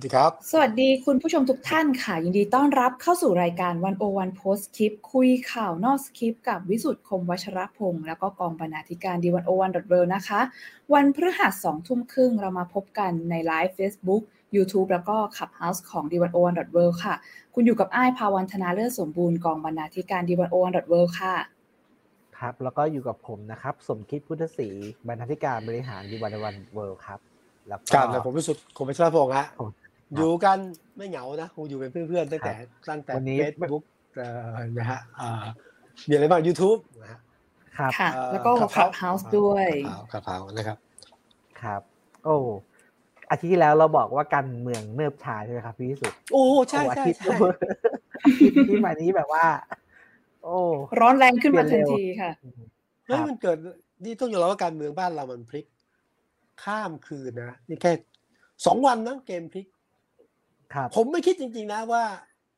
ดีครับสวัสดีคุณผู้ชมทุกท่านค่ะยินดีต้อนรับเข้าสู่รายการ101 Post Script คุยข่าวนอกสคริปต์กับวิสุทธิ์คมวัชรพงษ์แล้วก็กองบรรณาธิการ D101.world นะคะวันพฤหัส 20:30 น.เรามาพบกันในไลฟ์ Facebook YouTube แล้วก็ Clubhouse ของ D101.world ค่ะคุณอยู่กับอ้ายภาวันธนาเลิศสมบูรณ์กองบรรณาธิการ D101.world ค่ะครับแล้วก็อยู่กับผมนะครับสมคิดพุทธศรีบรรณาธิการบริหาร D101.world ครับแล้วก็ผมวิสุทธิ์คมวัชรพงษ์ฮะอยู่กันไม่เหงานะคงอยู่เป็นเพื่อนๆตั้งแต่ Facebook นะฮะมีอะไรบ้าง YouTube นะฮะครับค่ะแล้วก็ Clubhouse ด้วย Clubhouse นะครับครับโอ้อาทิตย์ที่แล้วเราบอกว่าการเมืองเนิบช้าใช่ไหมครับพี่วิสุทธิ์โอ้ใช่อาทิตย์ที่มานี้แบบว่าโอ้ร้อนแรงขึ้นมาทันทีค่ะเฮ้ยมันเกิดนี่ต้องยอมรับว่าการเมืองบ้านเรามันพลิกข้ามคืนนะนี่แค่2 วันนะเกมพลิกผมไม่คิดจริงๆนะว่า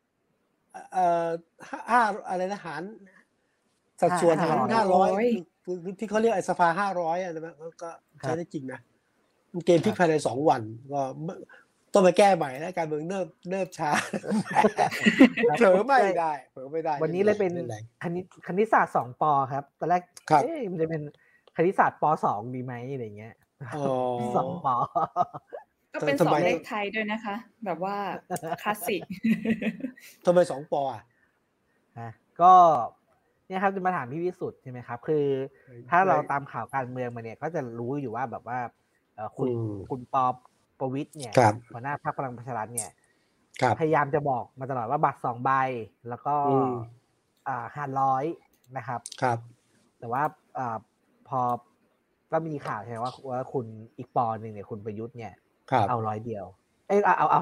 อะไรนะหารสัดส่วนหาร500ที่เขาเรียกไอ้สภา500อ่ะนะก็ใช้ได้จริงนะเกมพลิกภายใน2 วันก็ต้องไปแก้ใหม่นะการเมืองเนิบช้าเผลอไม่ได้วันนี้เลยเป็นคณิตศาสตร์2 ป.ครับตอนแรกมันจะเป็นคณิตศาสตร์ป.2 ดีไหมอะไรเงี้ย2 ป. ก็เป็น2เลขไทยด้วยนะคะแบบว่าคลาสสิกทำไม2 ป. ก็เนี่ยครับจะมาถามพี่วิสุทธิ์ใช่ไหมครับคือถ้าเราตามข่าวการเมืองมาเนี่ยก็จะรู้อยู่ว่าแบบว่าคุณป.ประวิตรเนี่ยหัวหน้าพรรคพลังประชารัฐเนี่ยพยายามจะบอกมาตลอดว่าบัตร2 ใบแล้วก็500นะครับแต่ว่าพอก็มีข่าวใช่ไหมว่าคุณอีกป.หนึ่งเนี่ยคุณประยุทธ์เนี่ยเอา100เดียวเอา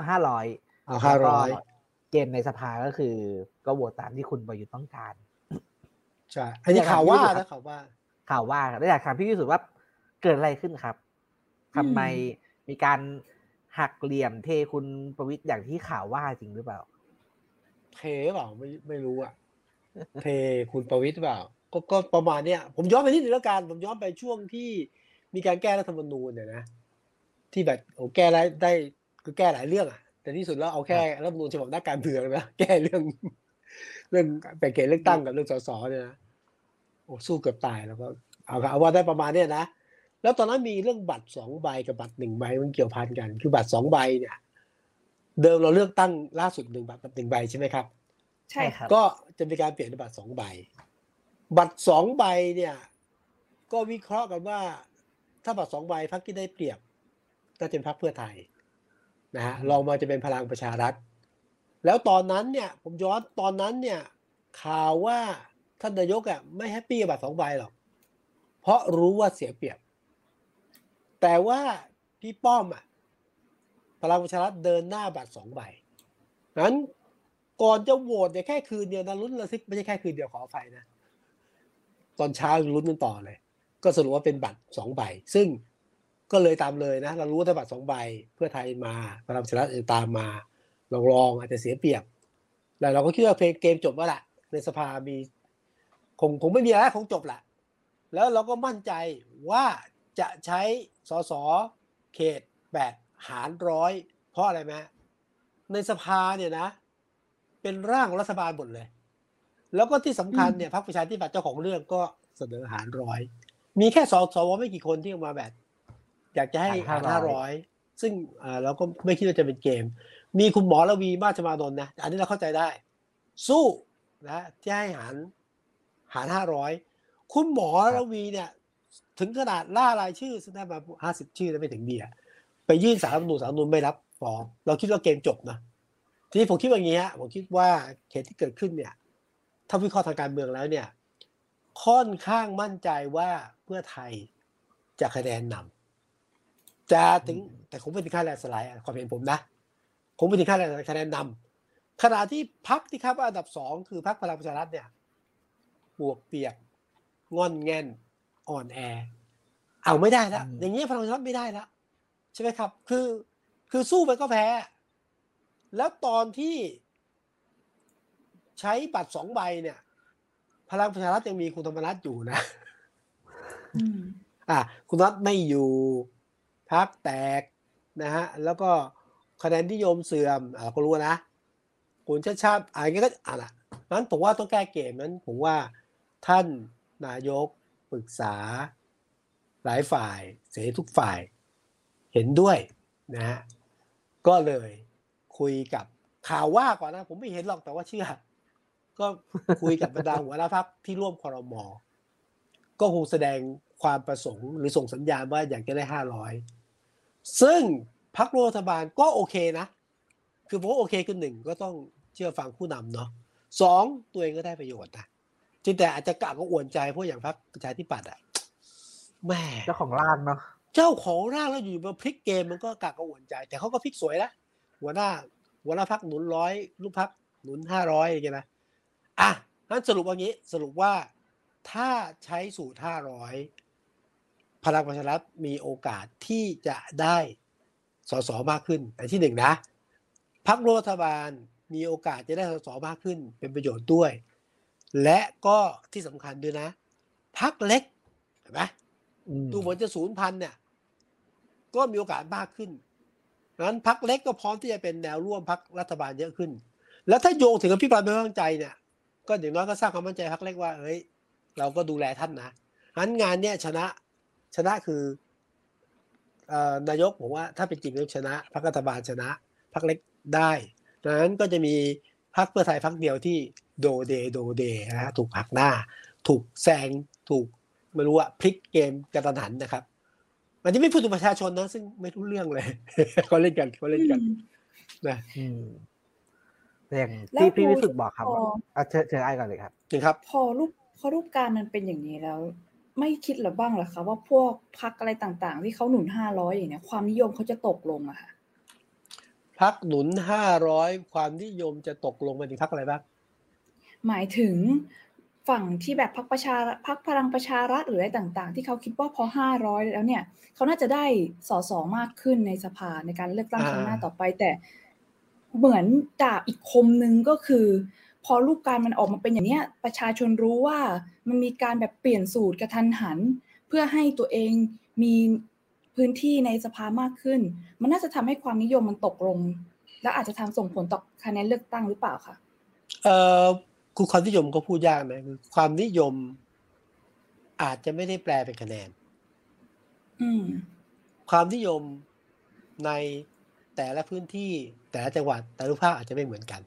500เกณฑ์ในสภาก็คือก็โหวตตามที่คุณประยุทธ์ต้องการใช่อันนี้ข่าวว่านะข่าวว่าแล้วอยากถามพี่วิสุทธิ์ว่าเกิดอะไรขึ้นครับทำไมมีการหักเหลี่ยมเทคุณประวิตรอย่างที่ข่าวว่าจริงหรือเปล่าเทเปล่าไม่รู้อ่ะเทคุณประวิตรเปล่าก็ประมาณเนี้ยผมย้อนไปนิดนึงแล้วกันผมย้อนไปช่วงที่มีการแก้รัฐธรรมนูญเนี่ยนะที่แบบแก้ได้คือแก้หลายเรื่องอ่ะแต่ที่สุดแล้วเอาแค่รัฐธรรมนูญฉบับนักการเมืองนะแก้เรื่องแบ่งเขตเลือกตั้งกับเรื่องสสเนี่ยนะโอ้สู้เกือบตายแล้วก็เอาว่าได้ประมาณเนี้ยนะแล้วตอนนั้นมีเรื่องบัตร2 ใบกับบัตร1 ใบมันเกี่ยวพันกันคือบัตร2 ใบเนี่ยเดิมเราเลือกตั้งล่าสุด1 บัตรกับ1 ใบใช่ไหมครับใช่ครับก็จะมีการเปลี่ยนเป็นบัตร2 ใบบัตร2 ใบเนี่ยก็วิเคราะห์กันว่าถ้าบัตร2 ใบพรรคที่ได้เปรียบก็จะเป็นพรรคเพื่อไทยนะฮะลองมาจะเป็นพลังประชารัฐแล้วตอนนั้นเนี่ยผมย้อนตอนนั้นเนี่ยข่าวว่าท่านนายกไม่แฮปปี้กับบัตร2 ใบหรอกเพราะรู้ว่าเสียเปรียบแต่ว่าพี่ป้อมพลังประชารัฐเดินหน้าบัตร2 ใบนั้นก่อนจะโหวตเนี่ยแค่คืนเดียวนะลุ้นระทึกไม่ใช่แค่คืนเดียวขออภัยนะตอนเช้าลุ้นกันต่อเลยก็สรุปว่าเป็นบัตร2 ใบซึ่งก็เลยตามเลยนะเรารู้ว่าถ้าบัตร2 ใบเพื่อไทยมาพลังประชารัฐตามมาลองอาจจะเสียเปรียบแล้วเราก็คิดว่าเกมจบแล้วแหละในสภามีคงไม่มีอะไรคงจบแหละแล้วเราก็มั่นใจว่าจะใช้สสเขตแบบหาร100เพราะอะไรไหมในสภาเนี่ยนะเป็นร่างรัฐบาลหมดเลยแล้วก็ที่สำคัญเนี่ยพรรคประชาธิปัตย์เจ้าของเรื่องก็เสนอหาร100มีแค่สวไม่กี่คนที่ออกมาแบบอยากจะให้หาร500ซึ่งเราก็ไม่คิดว่าจะเป็นเกมมีคุณหมอระวีมาชมานนท์นะอันนี้เราเข้าใจได้สู้นะที่ให้หาร500คุณหมอระวีเนี่ยถึงขนาดล่ารายชื่อซึ่งได้มา50 ชื่อแล้วไม่ถึงเดียไปยื่นศาลรัฐธรรมนูญไม่รับฟ้องเราคิดว่าเกมจบนะทีนี้ผมคิดว่าอย่างนี้ฮะผมคิดว่าเหตุที่เกิดขึ้นเนี่ยถ้าวิเคราะห์ทางการเมืองแล้วเนี่ยค่อนข้างมั่นใจว่าเพื่อไทยจะคะแนนนำจะถึงแต่คงไม่ถึงขั้นแลนด์สไลด์ความเห็นผมนะคงไม่ถึงขั้นคะแนนนำขณะที่พรรคที่ครับอันดับ2คือพรรคพลังประชารัฐเนี่ยปวกเปียกงอนแงนอ่อนแอเอาไม่ได้แล้วอย่างนี้พลังประชารัฐไม่ได้แล้วใช่ไหมครับคือสู้ไปก็แพ้แล้วตอนที่ใช้บัตร2 ใบเนี่ยพลังประชารัฐยังมีคุณธรรมนัสอยู่นะคุณธรรมนัสไม่อยู่พรรคแตกนะฮะแล้วก็คะแนนนิยมเสื่อมก็รู้นะคุณชาติชาติอะไรก็ล่ะนั้นผมว่าต้องแก้เกมนั้นผมว่าท่านนายกปรึกษาหลายฝ่ายเสียทุกฝ่ายเห็นด้วยนะฮะก็เลยคุยกับข่าวว่าก่อนนะผมไม่เห็นหรอกแต่ว่าเชื่อก็คุยกับบรรดาหัวหน้าพรรคที่ร่วมครม.ก็คงแสดงความประสงค์หรือส่งสัญญาณว่าอยากจะได้500ซึ่งพรรครัฐบาลก็โอเคนะคือผมว่าโอเคคือ1ก็ต้องเชื่อฟังผู้นำเนาะ2ตัวเองก็ได้ประโยชน์นะจริงแต่อาจจะกะก็อวนใจเพราะอย่างพรรคประชาธิปัตย์แม่เจ้าของร่างเนาะเจ้าของร่างแล้วอยู่มาพลิกเกมมันก็กะก็อวนใจแต่เขาก็พลิกสวยแล้วหัวหน้าพรรคหนุน100ลูกพรรคหนุน500อย่างเงี้ยนะงั้นสรุปว่างี้สรุปว่าถ้าใช้สูตร500พลังประชารัฐมีโอกาสที่จะได้สสมากขึ้นแต่ที่1นะพรรครัฐบาลมีโอกาสจะได้สสมากขึ้นเป็นประโยชน์ด้วยและก็ที่สำคัญด้วยนะพรรคเล็กเห็นไหมดูเหมือนจะ0,000เนี่ยก็มีโอกาสมากขึ้นงั้นพรรคเล็กก็พร้อมที่จะเป็นแนวร่วมพรรครัฐบาลเยอะขึ้นแล้วถ้าโยงถึงอภิปรายไม่ไว้วางใจเนี่ยก็อย่างน้อยก็สร้างความมั่นใจพรรคเล็กว่าเฮ้ยเราก็ดูแลท่านนะงั้นงานเนี้ยชนะคือนายกผมว่าถ้าเป็นจริงแล้วชนะพรรครัฐบาลชนะพรรคเล็กได้ดังนั้นก็จะมีพรรคเพื่อไทยพรรคเดียวที่โดเดนะฮะถูกหักหน้าถูกแซงถูกไม่รู้ว่าพลิกเกมกระทันหันนะครับมันจะไม่พูดถึงประชาชนนะซึ่งไม่รู้เรื่องเลย เขาเล่นกันนะแต่อย่างที่พี่วิสุทธ์บอกครับเชิญไอ้ก่อนเลยครับจริงครับพอรูปการมันเป็นอย่างนี้แล้วไม่คิดหรือบ้างเหรอคะว่าพวกพรรคอะไรต่างๆที่เขาหนุน500อย่างเนี้ยความนิยมเขาจะตกลงอะค่ะพรรคหนุน500ความนิยมจะตกลงมาถึงพรรคอะไรบ้างหมายถึงฝั่งที่แบบพรรคพลังประชารัฐหรืออะไรต่างๆที่เขาคิดว่าพอ500แล้วเนี่ยเขาน่าจะได้สสมากขึ้นในสภาในการเลือกตั้งครั้งหน้าต่อไปแต่เหมือนจากอีกคมนึงก็คือพอรูปการมันออกมาเป็นอย่างนี้ประชาชนรู้ว่ามันมีการแบบเปลี่ยนสูตรกระทันหันเพื่อให้ตัวเองมีพื้นที่ในสภามากขึ้นมันน่าจะทำให้ความนิยมมันตกลงและอาจจะทำส่งผลต่อคะแนนเลือกตั้งหรือเปล่าคะคือความนิยมก็พูดยากนะคือความนิยมอาจจะไม่ได้แปลเป็นคะแนนความนิยมในแต่ละพื้นที่แต่ละจังหวัดแต่ละภาคอาจจะไม่เหมือนกัน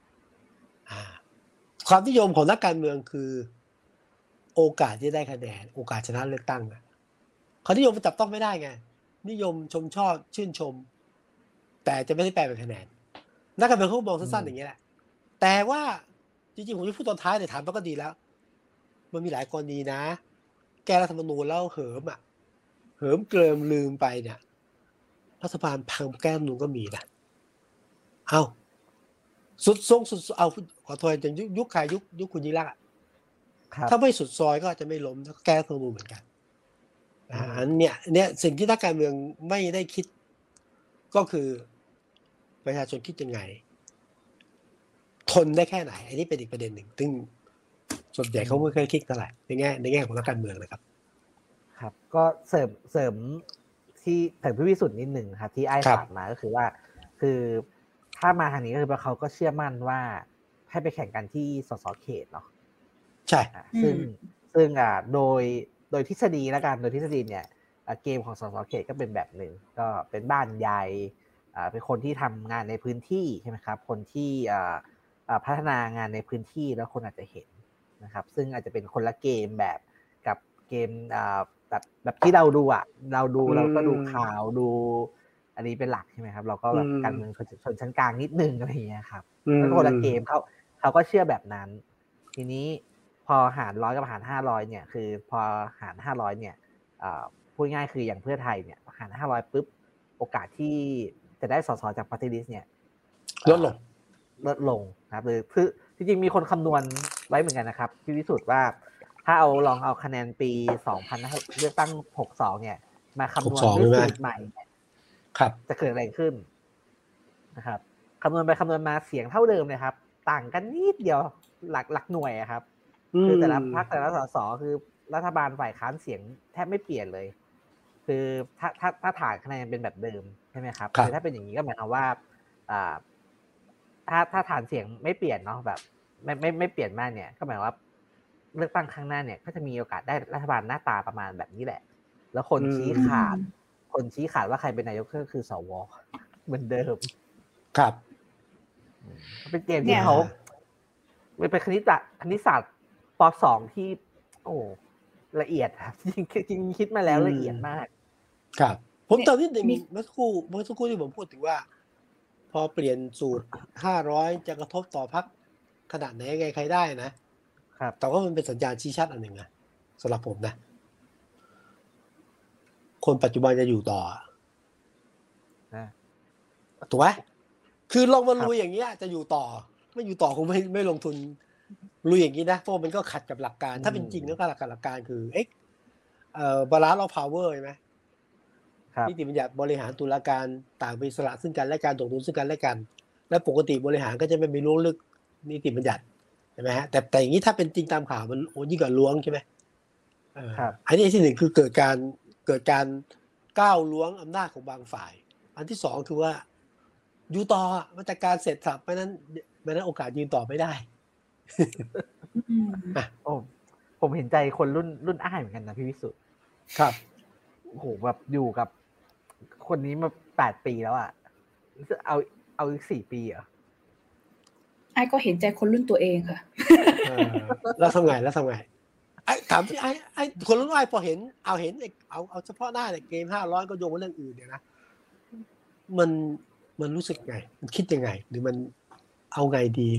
ความนิยมของนักการเมืองคือโอกาสที่ได้คะแนนโอกาสชนะเลือกตั้งเขานิยมจับต้องไม่ได้ไงนิยมชมชอบชื่นชมแต่จะไม่ได้แปลเป็นคะแนนนักการเมืองเขามองสั้นๆอย่างนี้แหละแต่ว่าจริงๆผมจะพูดตอนท้ายแต่ถามแล้วก็ดีแล้วมันมีหลายกรณีนะแก้รัฐธรรมนูญแล้วเหิมเกลิมลืมไปเนี่ยรัฐบาลพังแก้รัฐธรรมนูญก็มีนะเอาสุดเอาขอโทษอย่างยุคใครยุคคุณยิ่งรักษณ์ถ้าไม่สุดซอยก็จะไม่ล้มแก้รัฐธรรมนูญเหมือนกันอันเนี่ยสิ่งที่นักการเมืองไม่ได้คิดก็คือประชาชนคิดยังไงทนได้แค่ไหนอันนี้เป็นอีกประเด็นหนึ่งซึ่งส่วนใหญ่เขาไม่เคยคิดเท่าไหร่ในแง่ของนักการเมืองนะครับครับก็เสริมที่ถึงพี่วิสุทธ์นิดหนึ่งครับที่ไอ้ฝากมาก็คือว่าคือถ้ามาทางนี้ก็คือเขาก็เชื่อมั่นว่าให้ไปแข่งกันที่สสเขตเนาะใช่ซึ่งโดยทฤษฎีแล้วกันโดยทฤษฎีเนี่ยเกมของสสเขตก็เป็นแบบหนึ่งก็เป็นบ้านใหญ่เป็นคนที่ทำงานในพื้นที่ใช่ไหมครับคนที่พัฒนางานในพื้นที่แล้วคนอาจจะเห็นนะครับซึ่งอาจจะเป็นคนละเกมแบบกับเกมแบบที่เราดูเราก็ดูข่าวดูอันนี้เป็นหลักใช่ไหมครับเราก็แบบการเมืองชนชั้นกลางนิดนึงอะไรอย่างเงี้ยครับแล้วคนละเกมเขาก็เชื่อแบบนั้นทีนี้พอหาร100กับหาร500เนี่ยคือพอหาร500เนี่ยพูดง่ายคืออย่างเพื่อไทยเนี่ยหาร500ปุ๊บโอกาสที่จะได้สสจากปาร์ตี้ลิสต์เนี่ยลดลงครับหรือคือจริงๆมีคนคำนวณไว้เหมือนกันนะครับพี่วิสุทธ์ว่าถ้าลองเอาคะแนนปี2000เลือกตั้ง62เนี่ยมาคำนวณด้วยสูตรใหม่ครับจะเกิดอะไรขึ้นนะครับคำนวณไปคำนวณมาเสียงเท่าเดิมเลยครับต่างกันนิดเดียวหลักหน่วยครับคือแต่ละพรรคแต่ละสสคือรัฐบาลฝ่ายค้านเสียงแทบไม่เปลี่ยนเลยคือถ้าฐานคะแนนเป็นแบบเดิมใช่ไหมครับคือถ้าเป็นอย่างนี้ก็หมายความว่าถ้าฐานเสียงไม่เปลี่ยนเนาะแบบไม่เปลี่ยนมากเนี่ยก็หมายว่าเลือกตั้งข้างหน้าเนี่ยก็จะมีโอกาสได้รัฐบาลหน้าตาประมาณแบบนี้แหละแล้วคนชี้ขาดว่าใครเป็นนายกก็คือสวเหมือนเดิมครับเป็นเกมที่เขาเป็นคณิตศาสตร์ป.2 ที่โอ้ละเอียดครับจริงคิดมาแล้วละเอียดมากครับผมตอนนี้เมื่อสักครู่ที่ผมพูดถึงว่าพอเปลี่ยนสูตร500จะกระทบต่อพรรคขนาดไหนไงใครได้นะครับแต่ว่ามันเป็นสัญญาณชี้ชัดอันหนึ่งนะสำหรับผมนะคนปัจจุบันจะอยู่ต่อถูกไหมคือลองมาลุยอย่างเงี้ยจะอยู่ต่อไม่อยู่ต่อคงไม่ลงทุนลุยอย่างนี้นะเพราะมันก็ขัดกับหลักการถ้าเป็นจริงแล้วก็หลักการคือบาลานซ์ออฟพาวเวอร์ใช่ไหมนิติบัญญัติบริหารตุลาการต่างเป็นอิสระซึ่งกันและการตกลงซึ่งกันและกันและปกติบริหารก็จะไม่มีล้วงลึกนิติบัญญัติใช่ไหมฮะแต่อย่างนี้ถ้าเป็นจริงตามข่าวมันยิ่งกว่าล้วงใช่ไหมอันนี้ที่หนึ่งคือเกิดการก้าวล้วงอำนาจของบางฝ่ายอันที่สองคือว่าอยู่ต่อมาตรการเสร็จสับไม่นั้นโอกาสยืนต่อไม่ได้ผมเห็นใจคนรุ่นอ้ายเหมือนกันนะพี่วิสุทธิ์ครับโอ้โหแบบอยู่กับคนนี้มา8 ปีแล้วอ่ะเอาอีก4 ปีอ่ะไอ้ก็เห็นใจคนรุ่นตัวเองค่ะแล้วทำไงไอ้ถามที่ไอ้คนรุ่นอ้ายพอเห็นเอาเฉพาะหน้าเนี่ยเกม500ก็โยงมาเรื่องอื่นเนี่ยนะมันรู้สึกไงมันคิดยังไงหรือมันเอาไงดี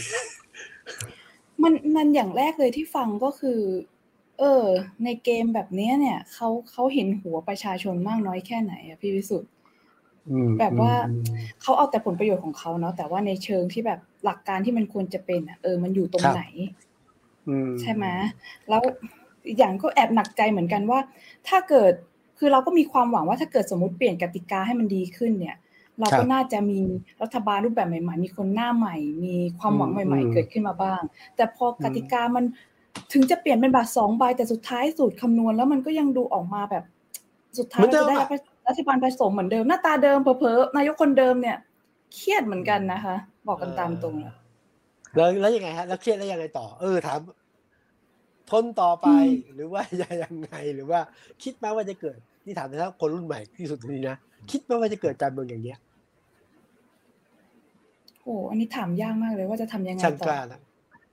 มันอย่างแรกเลยที่ฟังก็คือในเกมแบบนี้เนี่ยเขาเห็นหัวประชาชนมากน้อยแค่ไหนอะพี่วิสุทธิ์แบบว่าเขาเอาแต่ผลประโยชน์ของเขาเนาะแต่ว่าในเชิงที่แบบหลักการที่มันควรจะเป็นมันอยู่ตรงไหนใช่ไหมแล้วอย่างก็แอบหนักใจเหมือนกันว่าถ้าเกิดคือเราก็มีความหวังว่าถ้าเกิดสมมุติเปลี่ยนกติกาให้มันดีขึ้นเนี่ยเราก็น่าจะมีรัฐบาลรูปแบบใหม่ๆมีคนหน้าใหม่มีความหวังใหม่ๆเกิดขึ้นมาบ้างแต่พอกติกามันถึงจะเปลี่ยนเป็นบัตร2 ใบแต่สุดท้ายสูตรคำนวณแล้วมันก็ยังดูออกมาแบบสุดท้ายจะได้รัฐบาลผสมเหมือนเดิมหน้าตาเดิมเผลอๆนายกคนเดิมเนี่ยเครียดเหมือนกันนะคะบอกกันตามตรงแล้วยังไงฮะแล้วเครียดแล้วยังไงต่อถามทนต่อไปหรือว่ายังไงหรือว่าคิดไหมว่าจะเกิดที่ถามนะครับคนรุ่นใหม่ที่สุดนี้นะคิดไหมว่าจะเกิดการเมืองอย่างเนี้ยโอ้อันนี้ถามยากมากเลยว่าจะทำยังไงต่อช่างกล้านะ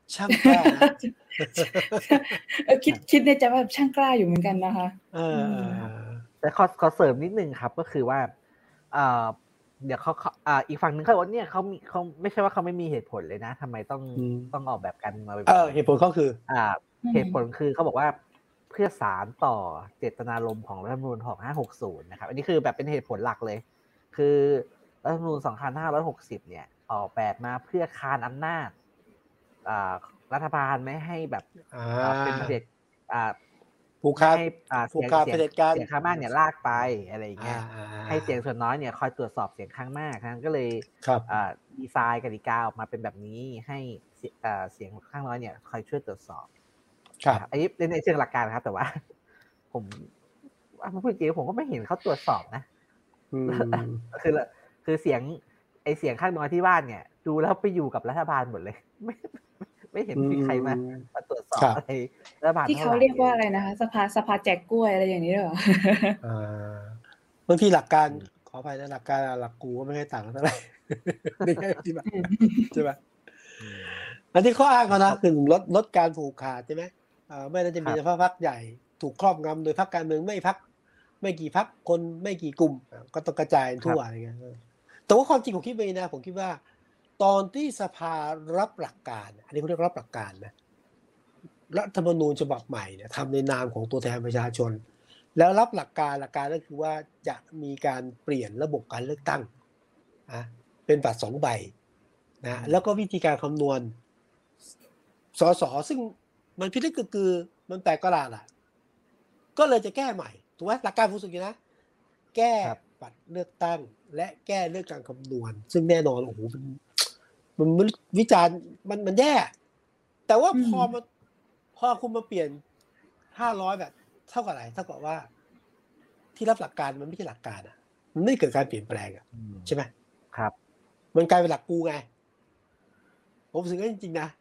คิดในใจว่าช่างกล้าอยู่เหมือนกันนะคะแต่ขอเสริมนิดนึงครับก็คือว่าเดี๋ยวเขาอีกฝั่งนึงเขาบอกเนี่ยเขาไม่ใช่ว่าเขาไม่มีเหตุผลเลยนะทำไมต้องออกแบบกันมาเหตุผลเขาคือเหตุผลคือเขาบอกว่าเพื่อสารต่อเจตนารมณ์ของรัฐธรรมนูญ2560นะครับอันนี้คือแบบเป็นเหตุผลหลักเลยคือรัฐธรรมนูญ2560เนี่ยออกแบบมาเพื่อคานอำนาจรัฐบาลไม่ให้แบบเป็นเผด็จผูกขาดเผด็จการเสียงข้างมากเนี่ยลากไปอะไรอย่างเงี้ยให้เสียงส่วนน้อยเนี่ยคอยตรวจสอบเสียงข้างมากนั้นก็เลยดีไซน์กติกาออกมาเป็นแบบนี้ให้เสียงข้างน้อยเนี่ยคอยช่วยตรวจสอบอันนี้ในเชิงหลักการครับแต่ว่าผมพูดจริงผมก็ไม่เห็นเขาตรวจสอบนะคือเสียงข้างน้อยที่บ้านเนี่ยดูแล้วไปอยู่กับรัฐบาลหมดเลยไม่เห็นมีใครมาตรวจสอบอะไรรัฐบาลที่เขาเรียกว่าอะไรนะคะสภาแจกกล้วยอะไรอย่างนี้หรอบางทีหลักการขออภัยนะหลักการหลักกูก็ไม่ได้ต่างกันเท่าไหร่ในแง่ที่แบบใช่ไหมอันที่ข้ออ้างเขานะคือลดการผูกขาดใช่ไหมไม่น่าจะมีเฉพาะพรรคใหญ่ถูกครอบงำโดยพรรคการเมืองไม่กี่พรรคคนไม่กี่กลุ่มก็ต้องกระจายทั่วอะไรเงี้ยแต่ว่าความจริงผมคิดไปนะผมคิดว่าตอนที่สภารับหลักการอันนี้เขาเรียกรับหลักการนะรัฐธรรมนูญฉบับใหม่เนี่ยทำในนามของตัวแทนประชาชนแล้วรับหลักการก็คือว่าจะมีการเปลี่ยนระบบการเลือกตั้งเป็นบัตร2 ใบนะแล้วก็วิธีการคำนวณสสซึ่งมันพิลึกกึกกือมันแปลกประหลาดก็เลยจะแก้ใหม่ถูกไหมหลักการผู้สุดนะแก้บัตรเลือกตั้งและแก้เรื่องการคำนวณซึ่งแน่นอนโอ้โหมันวิจารณ์มันแย่แต่ว่าพอคุณมาเปลี่ยน500แบบเท่ากับอะไรเท่ากับว่าที่รับหลักการมันไม่ใช่หลักการอ่ะมันไม่เกิดการเปลี่ยนแปลงอ่ะใช่ไหมครับมันกลายเป็นหลักกูไงผมรู้สึกว่าจริงๆนะ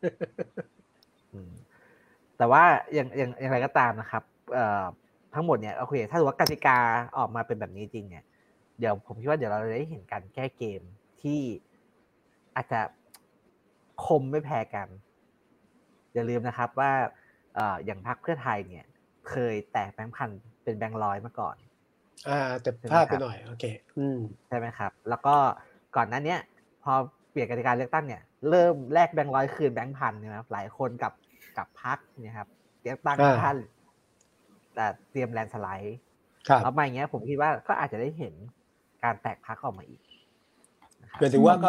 แต่ว่าอย่างไรก็ตามนะครับทั้งหมดเนี่ยโอเคถ้าถือว่ากติกาออกมาเป็นแบบนี้จริงเนี่ยเดี๋ยวผมคิดว่าเดี๋ยวเราจะได้เห็นการแก้เกมที่อาจจะคมไม่แพ้กันอย่าลืมนะครับว่าอย่างพรรคเพื่อไทยเนี่ยเคยแตกแบงค์พันเป็นแบงค์ร้อยมาก่อนแต่พลาดไปหน่อยโอเคใช่ไหมครับแล้วก็ก่อนหน้านี้พอเปลี่ยนกติกาเลือกตั้งเนี่ยเริ่มแลกแบงค์ร้อยคืนแบงค์พันนะครับหลายคนกับพรรคเนี่ยครับเลือกตั้งท่านแต่เตรียมแลนด์สไลด์แล้วมาอย่างเงี้ยผมคิดว่าก็อาจจะได้เห็นการแตกพรรคออกมาอีกหมายถึงว่า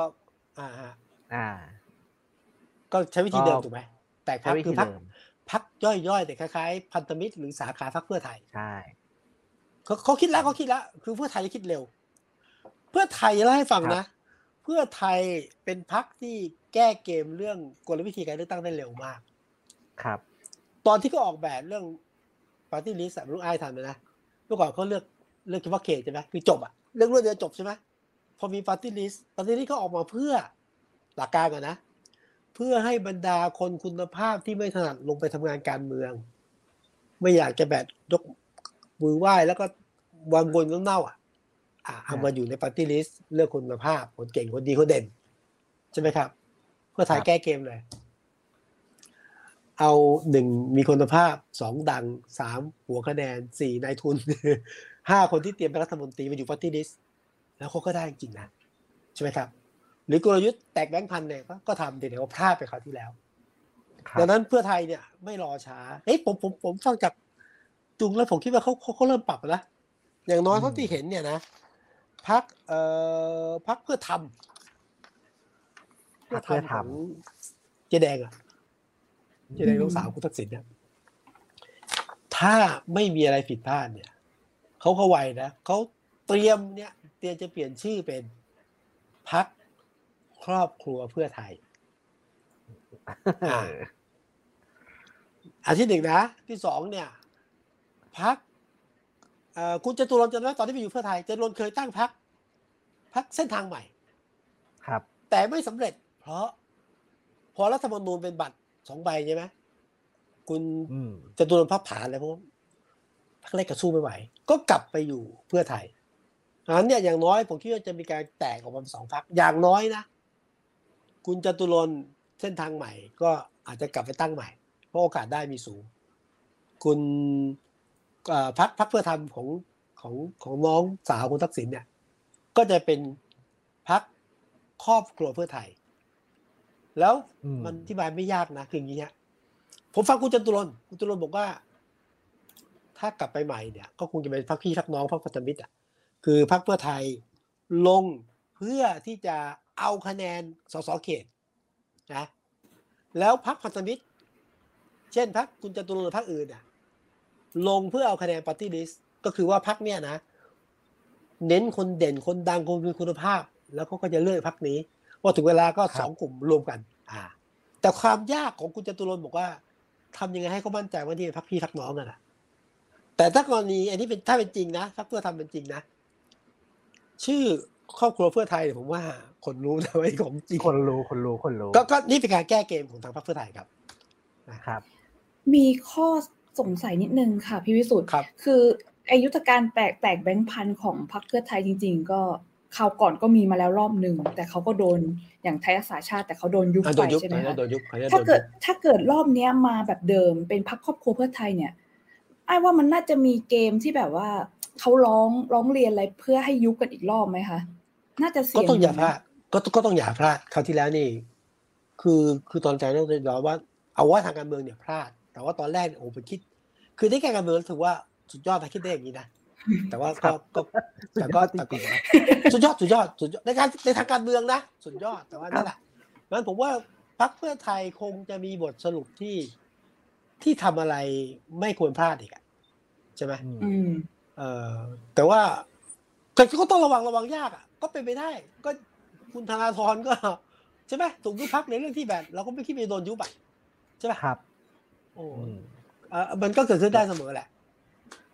ก็ใช้วิธีเดิมถูกไหมแตกพรรคคือพรรคย่อยๆแต่คล้ายๆพันธมิตรหรือสาขาพรรคเพื่อไทยใช่เขาคิดแล้วคือเพื่อไทยคิดเร็วเพื่อไทยเล่าให้ฟังนะเพื่อไทยเป็นพรรคที่แก้เกมเรื่องกลวิธีการเลือกตั้งได้เร็วมากครับตอนที่เขาออกแบบเรื่องปาร์ตี้ลิสต์ลูกอ้ายทันนะเมื่อก่อนเขาเลือกเฉพาะเขตใช่ไหมคือจบอะเรื่องรวดเดียวจบใช่ไหมพอมีปาร์ตี้ลิสต์ก็ออกมาเพื่อหลักการก่อนนะเพื่อให้บรรดาคนคุณภาพที่ไม่ถนัดลงไปทำงานการเมืองไม่อยากจะแบบยกมือไหว้แล้วก็วางบนน้ำเน่าเอามาอยู่ในปาร์ตี้ลิสต์เลือกคุณภาพคนเก่งคนดีคนเด่นใช่ไหมครับเพื่อไทยแก้เกมเลยเอา1มีคุณภาพ2ดัง3หัวคะแนน4นายทุน5คนที่เตรียมเป็นรัฐมนตรีมาอยู่ปาร์ตี้ลิสต์แล้วเขาก็ได้จริงนะใช่ไหมครับหรือกลยุทธ์แตกแบงค์พันเนี่ยก็ทำเดี๋ยวพลาดไปคราวที่แล้วดังนั้นเพื่อไทยเนี่ยไม่รอช้าผมฟังจากจุงแล้วผมคิดว่าเขาเริ่มปรับแล้วอย่างน้อยเท่าที่เห็นเนี่ยนะพรรคเพื่อทำของเจแดงเจแดงลูกสาวคุณทักษิณเนี่ยถ้าไม่มีอะไรผิดพลาดเนี่ยเขาไวนะเขาเตรียมจะเปลี่ยนชื่อเป็นพรรคครอบครัวเพื่อไทยอันที่1นะที่2เนี่ยพรรคคุณจตุรนต์จำได้ตอนที่ไปอยู่เพื่อไทยจตุรนต์เคยตั้งพรรคเส้นทางใหม่ครับแต่ไม่สำเร็จเพราะพอรัฐธรรมนูญเป็นบัตร2ใบใช่ไหมคุณจตุรนต์พับผ่านเลยเพราะพรรคเล็กก็สู้ไม่ไหวก็กลับไปอยู่เพื่อไทยอันนี้อย่างน้อยผมคิดว่าจะมีการแตกออกมาเป็น2พรรคอย่างน้อยนะคุณจตุรนต์เส้นทางใหม่ก็อาจจะกลับไปตั้งใหม่เพราะโอกาสได้มีสูงคุณพรรคเพื่อทำของน้องสาวคุณทักษิณเนี่ยก็จะเป็นพรรคครอบครัวเพื่อไทยแล้วมันอธิบายไม่ยากนะคืออย่างนี้ฮะผมฟังคุณจตุรนต์บอกว่าถ้ากลับไปใหม่เนี่ยก็คงจะเป็นพรรคพี่พรรคน้องพรรคพันธมิตรคือพรรคเพื่อไทยลงเพื่อที่จะเอาคะแนนสสเขตนะแล้วพรรคพันธมิตรเช่นพรรคคุณจตุรนต์หรือพรรคอื่นลงเพื่อเอาคะแนนปาร์ตี้ลิสต์ก็คือว่าพรรคเนี่ยนะเน้นคนเด่นคนดังคนมีคุณภาพแล้วเขาก็จะเลือกพรรคนี้พอถึงเวลาก็2กลุ่มรวมกันแต่ความยากของคุณจตุรนต์บอกว่าทำยังไงให้เขามั่นใจว่านี่เป็นพรรคพี่พรรคน้องกันแต่ถ้ากรณีอันนี้เป็นถ้าเป็นจริงนะพรรคเพื่อทำเป็นจริงนะชื่อครอบครัวเพื่อไทยผมว่าคนรู้นะว่าของจริงคนรู้ก็นี่เป็นการแก้เกมของทางพรรคเพื่อไทยครับนะครับมีข้อสงสัยนิดนึงค่ะพี่วิสุทธิ์คือยุทธการแตกแบงค์พันของพรรคเพื่อไทยจริงๆก็คราวก่อนก็มีมาแล้วรอบนึงแต่เขาก็โดนอย่างไทยรักษาชาติแต่เขาโดนยุบไปใช่ไหมคะถ้าเกิดรอบนี้มาแบบเดิมเป็นพรรคครอบครัวเพื่อไทยเนี่ยไอ้ว่ามันน่าจะมีเกมที่แบบว่าเขาร้องเรียนอะไรเพื่อให้ยุบกันอีกรอบไหมคะน่าจะเสี่ยงก็ต้องอย่าพลาดก็ต้องอย่าพลาดคราวที่แล้วนี่คือตอนใจต้องยอมว่าเอาว่าทางการเมืองเนี่ยพลาดแต่ว่าตอนแรกโอ้ไปคิดคือได้การเมืองถือว่าสุดยอดถ้าคิดได้อย่างนี้นะแต่ว่าก็สุดยอดในทางการเมืองนะสุดยอดแต่ว่านั่นแหละงั้นผมว่าพรรคเพื่อไทยคงจะมีบทสรุปที่ทำอะไรไม่ควรพลาดอีกใช่ไหมแต่ว่าก็ต้องระวังยากก็เป็นไปได้ก็คุณธนาธรก็ใช่ไหมถูกยุบพรรคในเรื่องที่แบบเราก็ไม่คิดว่าจะโดนยุบใช่ไหมครับมันก็เกิดขึ้นได้เสมอแหละ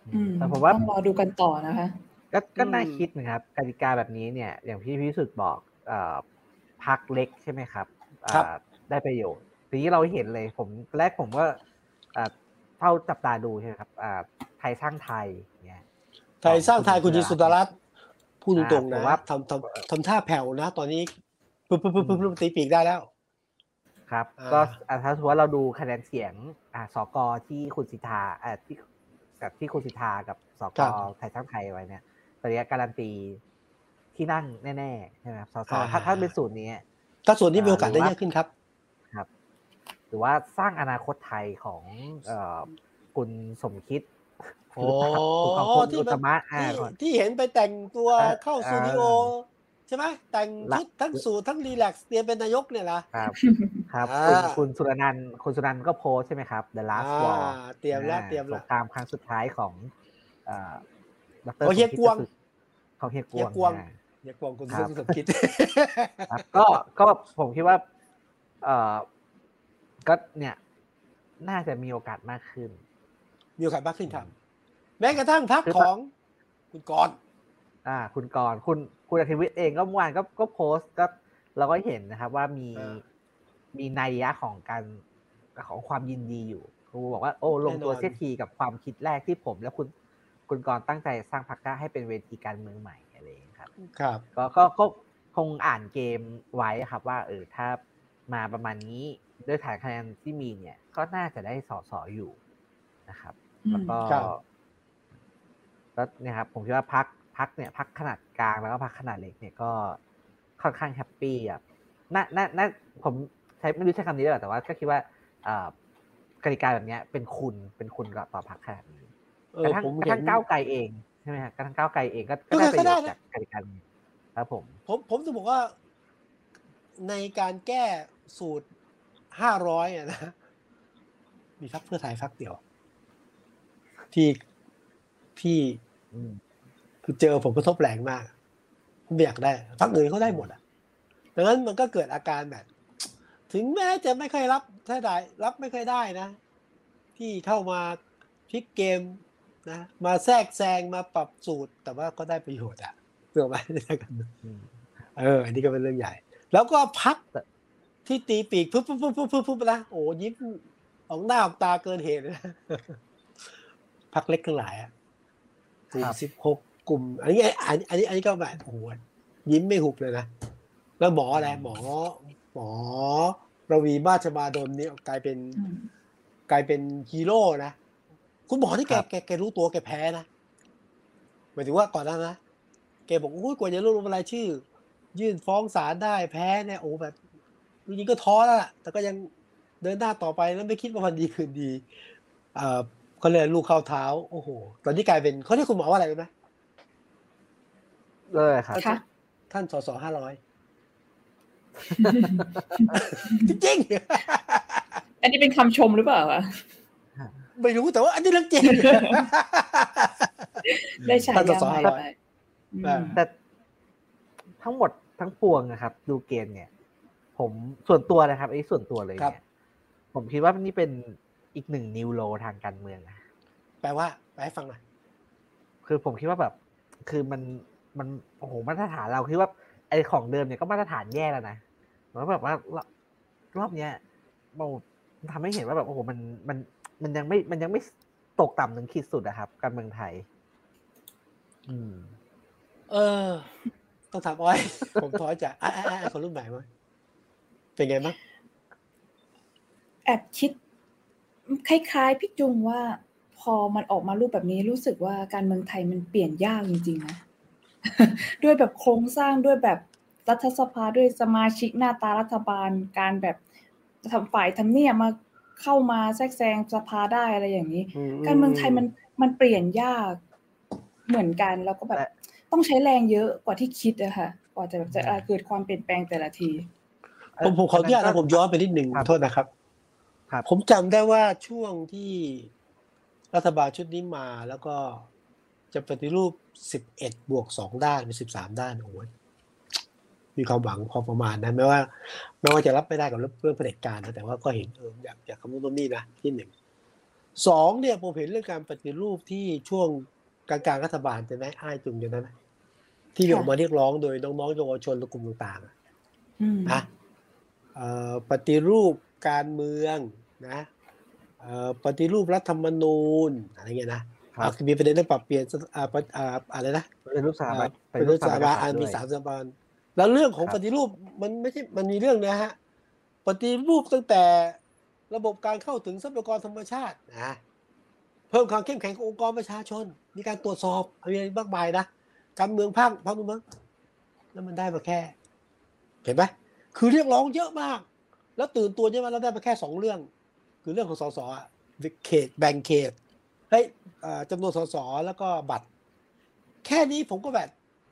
แต่ผมว่าต้องรอดูกันต่อนะคะก็น่าคิดนะครับกติกาแบบนี้เนี่ยอย่างพี่พิสุทธิ์บอกพรรคเล็กใช่ไหมครับได้ประโยชน์ทีนี้เราเห็นเลยผมก็เฝ้าจับตาดูใช่ไหมครับไทยสร้างไทยเนี่ยไทยสร้างไทยคุณหญิงสุดารัตน์พูดตรงๆนะทำท่าแผ่วนะตอนนี้ปุ๊บตีปีกได้แล้วครับก็ถ้าสมมติว่าเราดูคะแนนเสียงสกที่คุณสิทธาที่คุณสิทธากับสกไทยสร้างไทยไว้เนี่ยตอนนี้การันตีที่นั่งแน่ๆใช่ไหมครับสสถ้าเป็นสูตรนี้ถ้าส่วนนี้มีโอกาสได้เยอะขึ้นครับหรือว่าสร้างอนาคตไทยของคุณสมคิดที่ที่เห็นไปแต่งตัวเข้าสตูดิโอใช่ไหมแต่งชุดทั้งสูททั้งรีแลกซ์เตรียมเป็นนายกเนี่ยครับคุณสุรนันท์ก็โพสใช่ไหมครับ The Last War เตรียมแล้วสงครามครั้งสุดท้ายของดร. เฮียกวงของเฮียกวงคุณสมคิดก็ผมคิดว่าก็เนี่ยน่าจะมีโอกาสมากขึ้นครับแม้กระทั่งพรรคของคุณกรณ์คุณอาทิวิทย์เองก็เมื่อวานก็โพสต์ก็เราก็เห็นนะครับว่ามีนัยยะของความยินดีอยู่ครูบอกว่าโอ้ลงตัวเสียทีกับความคิดแรกที่ผมและคุณกรณ์ตั้งใจสร้างพรรคให้เป็นเวทีการเมืองใหม่อะไรอย่างนี้ครับก็คงอ่านเกมไว้ครับว่าถ้ามาประมาณนี้ด้วยฐานคะแนนที่มีเนี่ยก็น่าจะได้สสอยู่นะครับแล้วก็เนี่ยครับผมคิดว่าพรรคเนี่ยพรรคขนาดกลางแล้วก็พรรคขนาดเล็กเนี่ยก็ค่อนข้างแฮปปี้อ่ะน่าผมไม่รู้ใช้คำนี้หรือเปล่าแต่ว่าก็คิดว่ากติกาแบบนี้เป็นคุณต่อพรรคขนาดนี้กระทั่งก้าวไกลเองใช่ไหมครับกระทั่งก้าวไกลเองก็ได้ประโยชน์จากกติกานี้ครับผมจะบอกว่าในการแก้สูตร500นะมีพรรคเพื่อไทยพรรคเดียวที่คือเจอผมกระทบแรงมากผมอยากได้พรรคอื่นเขาได้หมดดังนั้นมันก็เกิดอาการแบบถึงแม้จะไม่ค่อยรับไม่ค่อยได้นะที่เข้ามาพลิกเกมนะมาแทรกแซงมาปรับสูตรแต่ว่าก็ได้ประโยชน์เพื่อไว้ในการอันนี้ก็เป็นเรื่องใหญ่แล้วก็พรรคที่ตีปีกปุ๊บนะโอ้ยิ้มออกหน้าออกตาเกินเหตุเลยนะพรรคเล็กทั้งหลายกลุ่ม16กลุ่มอันนี้ก็แบบโอ้โหยิ้มไม่หุบเลยนะแล้วหมออะไรหมอระวีมาชมาดลนี่กลายเป็นฮีโร่นะคุณหมอที่แกรู้ตัวแกแพ้นะหมายถึงว่าก่อนหน้านะแกบอกโอ้ยกว่าจะรวบรวมรายชื่อยื่นฟ้องศาลได้แพ้เนี่ยโอ้แบบจริงๆก็ท้อแล้วล่ะแต่ก็ยังเดินหน้าต่อไปแล้วไม่คิดว่าวันดีคืนดีเขาเลยลูกเข้าเท้าโอ้โหตอนนี้กลายเป็นเขาเรียกคุณหมอว่าอะไรรู้ไหมเลยครับท่านสส500จริงๆอันนี้เป็นคำชมหรือเปล่าคะไม่รู้แต่ว่าอันนี้เรื่องจริงได้ฉายาใหม่แต่ทั้งหมดทั้งปวงนะครับดูเกมเนี่ยผมส่วนตัวนะครับไอ้ส่วนตัวเลยเนี่ยผมคิดว่านี่เป็นอีกหนึ่งนิวโลทางการเมืองนะแปลว่าไปให้ฟังหน่อยคือผมคิดว่าแบบคือมันโอ้โหมาตรฐานเราคิดว่าไอ้ของเดิมเนี่ยก็มาตรฐานแย่แล้วนะแล้วแบบว่ารอบเนี้ยมันทำให้เห็นว่าแบบโอ้โหมันยังไม่ตกต่ำถึงขีดสุดนะครับการเมืองไทยต้องถามอ้อยผมท้อใจคนรุ่นใหม่มั้ยเป็นไงบ้างแอบคิดคล้ายๆพี่จุงว่าพอมันออกมารูปแบบนี้รู้สึกว่าการเมืองไทยมันเปลี่ยนยากจริงๆนะ ด้วยแบบโครงสร้างด้วยแบบรัฐสภาด้วยสมาชิกหน้าตารัฐบาลการแบบทำฝ่ายทำเนียบมาเข้ามาแทรกแซงสภาได้อะไรอย่างนี้การเมืองไทยมันเปลี่ยนยากเหมือนกันแล้วก็แบบต้องใช้แรงเยอะกว่าที่คิดอะค่ะกว่าจะแบบจะเกิดความเปลี่ยนแปลงแต่ละทีผมขออนุญาตนะผมย้อนไปนิดนึงขอโทษนะครับผมจำได้ว่าช่วงที่รัฐบาลชุดนี้มาแล้วก็จะปฏิรูป11+2 ด้านเป็น13ด้านโอ้ยมีความหวังพอประมาณนะแม้ว่าจะรับไม่ได้กับเรื่องเผด็จการนะแต่ว่าก็เห็นอยากคำนู้นนี่นะที่หนึ่ง 2เนี่ยผมเห็นเรื่องการปฏิรูปที่ช่วงกลางๆรัฐบาลจะไหมอ้ายจุงอย่างนั้นนะที่ออกมาเรียกร้องโดยน้องๆเยาวชนและกลุ่มต่างๆนะปฏิรูปการเมืองนะปฏิรูปรัฐธรรมนูญอะไรเงี้ยนะมีประเด็นเรื่องปรับเปลี่ยนอะไรนะเป็นรูปสถาบันเป็นรูปสถาบันมี3 สถาบันแล้วเรื่องของปฏิรูปมันไม่ใช่มันมีเรื่องนะฮะปฏิรูปตั้งแต่ระบบการเข้าถึงทรัพยากรธรรมชาตินะเพิ่มความเข้มแข็งขององค์กรประชาชนมีการตรวจสอบอะไรมากมายนะการเมืองภาคเมืองแล้วมันได้มาแค่เห็นไหมคือเรียกร้องเยอะมากแล้วตื่นตัวใช่ไหมแล้วได้มาแค่2 เรื่องคือเรื่องของสสเขตแบ่งเขตจำนวนสสแล้วก็บัตรแค่นี้ผมก็แบบ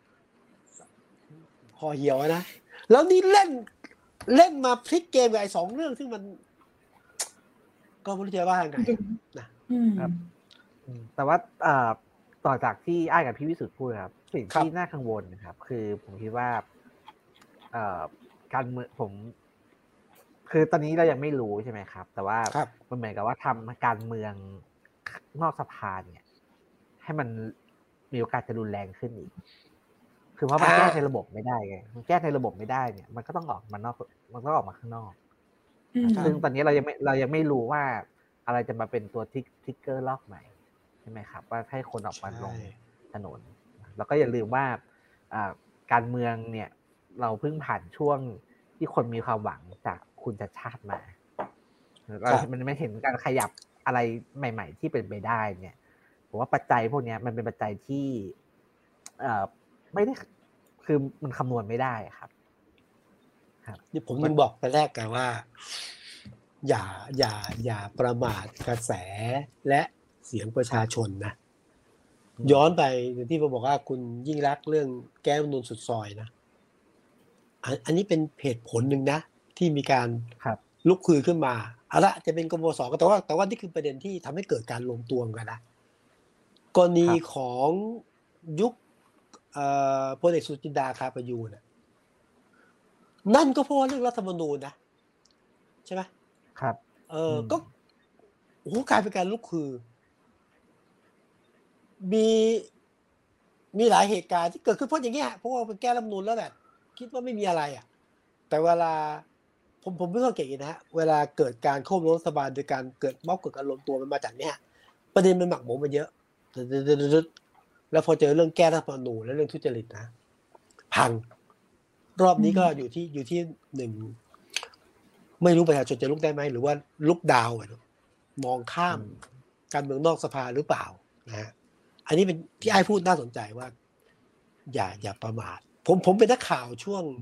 ห่อเหี่ยวนะแล้วนี่เล่นมาพลิกเกมกับไอ้2 เรื่องซึ่งมันก็ไม่รู้จะว่าไงนะครับแต่ว่าต่อจากที่อ้ายกับพี่วิสุทธิ์พูดครับสิ่งที่น่ากังวลนะครับคือผมคิดว่าการเมืองผมคือตอนนี้เรายังไม่รู้ใช่ไหมครับแต่ว่ามันเหมือนกับว่าทำการเมืองนอกสภาเนี่ยให้มันมีโอกาสจะรุนแรงขึ้นอีกคือเพราะมันแก้ในระบบไม่ได้ไงมันแก้ในระบบไม่ได้เนี่ยมันก็ต้องออกมานอกมันก็ออกมาข้างนอกซึ่งตอนนี้เรายังไม่รู้ว่าอะไรจะมาเป็นตัวทิกเกอร์ล็อกใหม่ใช่ไหมครับว่าให้คนออกมาลงถนนแล้วก็อย่าลืมว่าการเมืองเนี่ยเราเพิ่งผ่านช่วงที่คนมีความหวังจากคุณชัชชาติมามันไม่เห็นการขยับอะไรใหม่ๆที่เป็นไปได้เนี่ยผมว่าปัจจัยพวกนี้มันเป็นปัจจัยที่ไม่ได้คือมันคำนวณไม่ได้ครับนี่ผมยังบอกไปแรกกันว่าอย่าประมาทกระแสและเสียงประชาชนนะย้อนไปที่ผมบอกว่าคุณยิ่งรักเรื่องแก้รัฐธรรมนูญสุดซอยนะอันนี้เป็นเหตุผลหนึ่งนะที่มีการลุกคือขึ้นมาเอาละจะเป็นกบส.ก็แต่ว่านี่คือประเด็นที่ทำให้เกิดการรวมตัวกันนะกรณีของยุคพลเอกสุจินดาคาประยูรนั่นก็เพราะเรื่องรัฐธรรมนูญนะใช่ไหมครับก็โอ้กลายเป็นการลุกคือมีหลายเหตุการณ์ที่เกิดขึ้นเพราะอย่างเงี้ยเพราะว่ามันแก้รัฐธรรมนูญแล้วแบบคิดว่าไม่มีอะไรอ่ะแต่เวลาผมไม่เข้าเก่งนะฮะเวลาเกิดการควบรวมรัฐบาลโดยการเกิดม็อบเกิดการรวมตัวมันมาจากเนี้ยประเด็นมันหมักหมมมาเยอะแล้วพอเจอเรื่องแก้รัฐธรรมนูญและเรื่องทุจริตนะพังรอบนี้ก็อยู่ที่1ไม่รู้ประชาชนจะลุกได้ไหมหรือว่าลุกดาวมองข้ามการเมืองนอกสภาหรือเปล่านะฮะอันนี้เป็นที่ไอ้พูดน่าสนใจว่าอย่าประมาทผมเป็นนักข่าวช่วง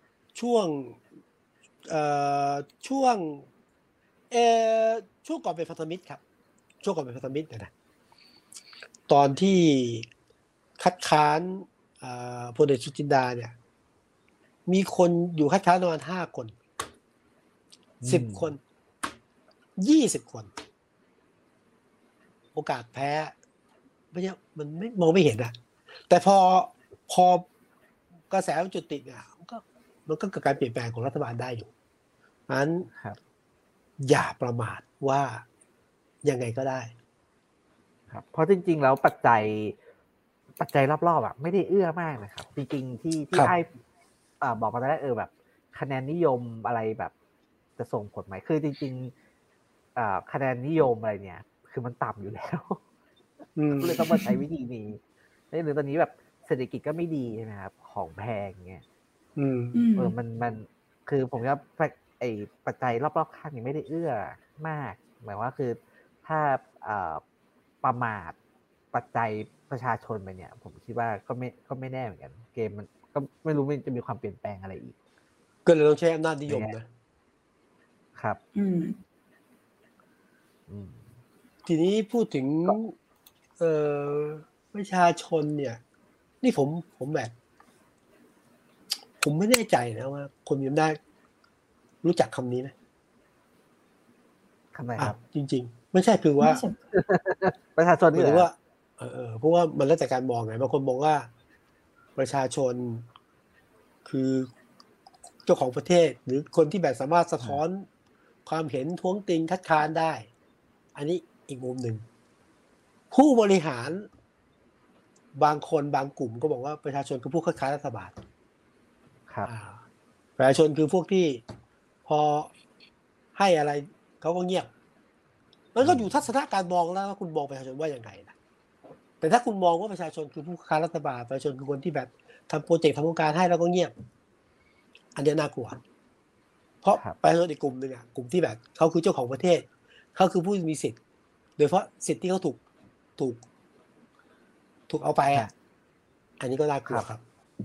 ก่อนเป็นพันธมิตรครับช่วงก่อนเป็นพันธมิตรนะตอนที่คัดค้านพลเอกสุจินดาเนี่ยมีคนอยู่คัดค้านประมาณ5 คน10 คน20 คนโอกาสแพ้ไม่ใช่มันไม่มองไม่เห็นนะแต่พอกระแสมันจุดติดเนี่ยมันก็เกิดการเปลี่ยนแปลงของรัฐบาลได้อยู่งั้นอย่าประมาทว่ายังไงก็ได้ครับเพราะจริงๆแล้วปัจจัยรอบๆไม่ได้เอื้อมากนะครับจริงๆที่ไอ้บอกมาได้แบบคะแนนนิยมอะไรแบบจะส่งผลไหมคือจริงๆคะแนนนิยมอะไรเนี่ยคือมันต่ำอยู่แล้วเลยต้องมาใช้วิธีนี้หรือตอนนี้แบบเศรษฐกิจก็ไม่ดีใช่ไหมครับของแพงเงี้ยมันคือผมว่าไอ้ปัจจัยรอบๆข้างนี่ไม่ได้เอื้อมากหมายว่าคือถ้าประมาทปัจจัยประชาชนไปเนี่ยผมคิดว่าก็ไม่แน่เหมือนกันเกมมันก็ไม่รู้มันจะมีความเปลี่ยนแปลงอะไรอีกก็เลยต้องใช้อำนาจนิยมนะครับทีนี้พูดถึงประชาชนเนี่ยนี่ผมแบบผมไม่แน่ใจนะว่าคนมีอำนาจรู้จักคำนี้ไหมคำไหนครับจริงๆไม่ใช่คือว่าประชาชนนี่แหละว่าเพราะว่ามันแล้วแต่การมองไงบางคนมองว่าประชาชนคือเจ้าของประเทศหรือคนที่แบบสามารถสะท้อนความเห็นท้วงติงคัดค้านได้อันนี้อีกมุมหนึ่งผู้บริหารบางคนบางกลุ่มก็บอกว่าประชาชนคือผู้คัดค้านรัฐบาลครับประชาชนคือพวกที่พอให้อะไรเขาก็เงียบมันก็อยู่ทัศนะการมองแล้วว่าคุณมองประชาชนว่าอย่างไรนะแต่ถ้าคุณมองว่าประชาชนคือผู้ค้านรัฐบาลประชาชนคือคนที่แบบทำโปรเจกต์ทำโครงการให้แล้วก็เงียบอันนี้น่ากลัวเพราะประชาชนอีกกลุ่มหนึ่งกลุ่มที่แบบเขาคือเจ้าของประเทศเขาคือผู้มีสิทธิ์โดยเฉพาะสิทธิ์ที่เขาถูกเอาไปอันนี้ก็น่ากลัวครับ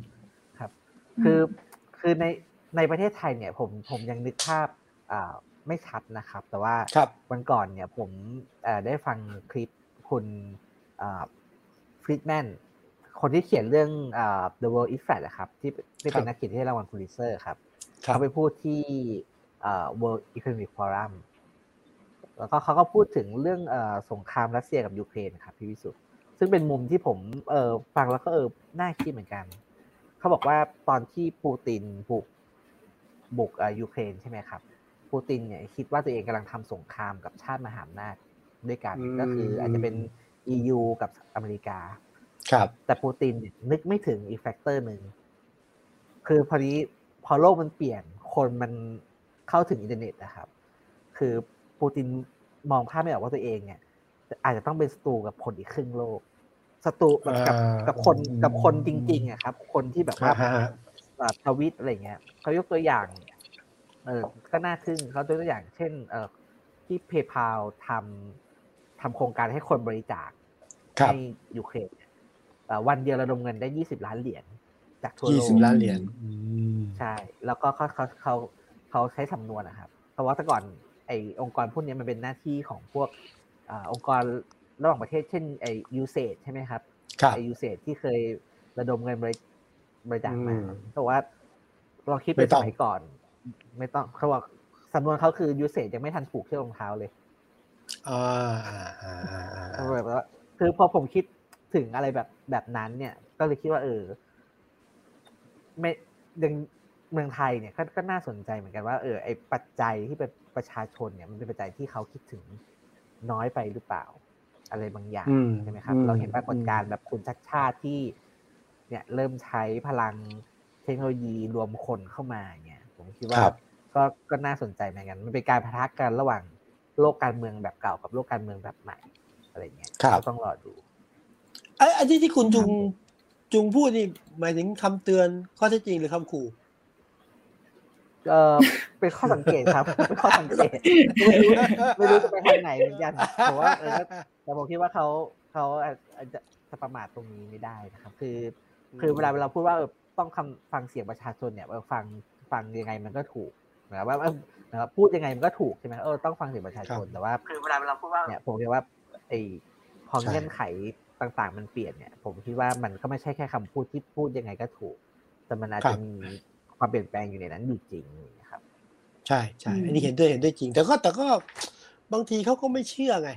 คือในประเทศไทยเนี่ยผมยังนึกภาพไม่ชัดนะครับแต่ว่าวันก่อนเนี่ยผมได้ฟังคลิปคุณฟรีดแมนคนที่เขียนเรื่องThe World is Flat นะครับที่เป็นนักเขียนที่ได้รางวัลพูลิตเซอร์ครับเขาไปพูดที่World Economic Forum แล้วก็เขาก็พูดถึงเรื่องสงครามรัสเซียกับยูเครนครับพี่วิสุทธิ์ซึ่งเป็นมุมที่ผมฟังแล้วก็น่าคิดเหมือนกันเขาบอกว่าตอนที่ปูตินบุกยูเครนใช่ไหมครับปูตินเนี่ยคิดว่าตัวเองกำลังทำสงครามกับชาติมหาอำนาจด้วยกันก็คืออาจจะเป็น EU กับอเมริกาครับแต่ปูตินนึกไม่ถึงอีกแฟกเตอร์หนึ่งคือพอโลกมันเปลี่ยนคนมันเข้าถึงอินเทอร์เน็ตนะครับคือปูตินมองภาพไม่ออกว่าตัวเองเนี่ยอาจจะต้องเป็นศัตรูกับคนอีกครึ่งโลกศัตรูแบบกับคนจริงๆครับคนที่แบบว่าทวิตอะไรเงี้ยเขายกตัวอย่างก็น่าทึ่งเขายกตัวอย่างเช่นที่ PayPal ทำโครงการให้คนบริจาคให้ยูเครนวันเดียวระดมเงินได้20 ล้านเหรียญจากทั่วโลก 20 ล้านเหรียญใช่แล้วก็เขาใช้สำนวนนะครับเพราะว่าแต่ก่อนไอ้องค์กรพวกนี้มันเป็นหน้าที่ของพวกองค์กรระหว่างประเทศเช่นไอ้ USAID ใช่ไหมครับไอ้ USAID ที่เคยระดมเงินบริจาคมาแต่ว่าเราคิดเป็นสมัยก่อนไม่ต้องเขาบอกสำนวนเขาคือ USAID ยังไม่ทันผูกเชือกรองเท้าเลยแบบว่าคือพอผมคิดถึงอะไรแบบนั้นเนี่ยก็เลยคิดว่าไม่ยังเมืองไทยเนี่ยก็น่าสนใจเหมือนกันว่าไอ้ปัจจัยที่เป็นประชาชนเนี่ยมันเป็นปัจจัยที่เขาคิดถึงน้อยไปหรือเปล่าอะไรบางอย่างใช่ไหมครับเราเห็นปรากฏการณ์แบบคุณชัชชาติที่เนี่ยเริ่มใช้พลังเทคโนโลยีรวมคนเข้ามาเนี่ยผมคิดว่าก็น่าสนใจเหมือนกันมันเป็นการปะทะกันระหว่างโลกการเมืองแบบเก่ากับโลกการเมืองแบบใหม่อะไรเงี้ยเราต้องรอดูอันที่คุณจุงพูดนี่หมายถึงคำเตือนข้อเท็จจริงหรือคำขู่เป็นข้อสังเกตครับเป็นข้อสังเกตไม่รู้จะไปทางไหนเหมือนกันแต่ว่าแต่ผมคิดว่าเขาจะประมาทตรงนี้ไม่ได้นะครับคือเวลาเราพูดว่าต้องฟังเสียงประชาชนเนี่ยฟังยังไงมันก็ถูกนะว่าพูดยังไงมันก็ถูกใช่ไหมต้องฟังเสียงประชาชนแต่ว่าคือเวลาเราพูดว่าเนี่ยผมคิดว่าพอเงื่อนไขต่างๆมันเปลี่ยนเนี่ยผมคิดว่ามันก็ไม่ใช่แค่คำพูดที่พูดยังไงก็ถูกแต่มันอาจจะมีความเปลี่ยนแปลงอยู่ในนั้นอยู่จริงนะครับใช่ใช่อันนี้เห็นด้วยจริงแต่ก็บางทีเขาก็ไม่เชื่อไง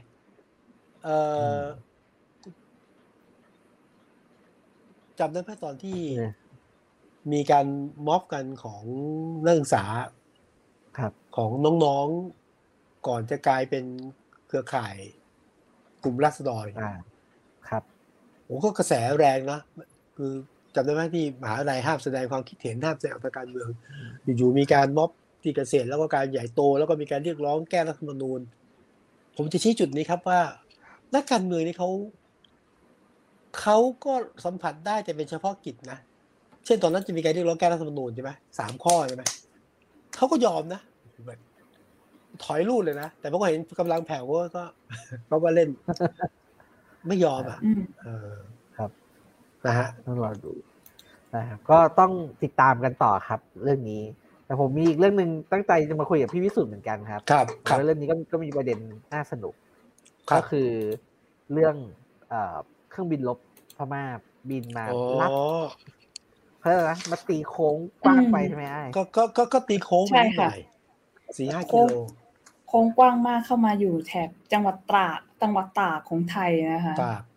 จำได้ไหมตอนที่มีการม็อบกันของนักศึกษาของน้องๆก่อนจะกลายเป็นเครือข่ายกลุ่มราษฎรครับโอ้ก็กระแสแรงนะคือจำได้ไหมที่มหาวิทยาลัยห้ามแสดงความคิดเห็นห้ามแสดงออกทางการเมืองอยู่มีการม็อบที่เกษตรแล้วก็การใหญ่โตแล้วก็มีการเรียกร้องแก้รัฐธรรมนูญผมจะชี้จุดนี้ครับว่านักการเมืองนี่เขาก็สัมผัสได้แต่เป็นเฉพาะกิจนะเช่นตอนนั้นจะมีการเรียกร้องแก้รัฐธรรมนูญใช่ไหม3 ข้อใช่ไหมเขาก็ยอมนะถอยรูดเลยนะแต่พอเห็นกำลังแผ่วก็เขาก็เล่นไม่ยอมครับนะฮะต้องรอดูนะครับก็ต้องติดตามกันต่อครับเรื่องนี้แต่ผมมีอีกเรื่องนึงตั้งใจจะมาคุยกับพี่วิสุทธิ์เหมือนกันครับเรื่องนี้ก็มีประเด็นน่าสนุกก็คือเรื่องเครื่องบินรบพม่าบินมาลัดเขาเรียกนะมาตีโค้งกว้างไปใช่ไหมไอ้ก็ตีโค้งไปนิดหน่อย 4-5 กิโลโค้งกว้างมากเข้ามาอยู่แถบจังหวัดตากของไทยนะคะตาก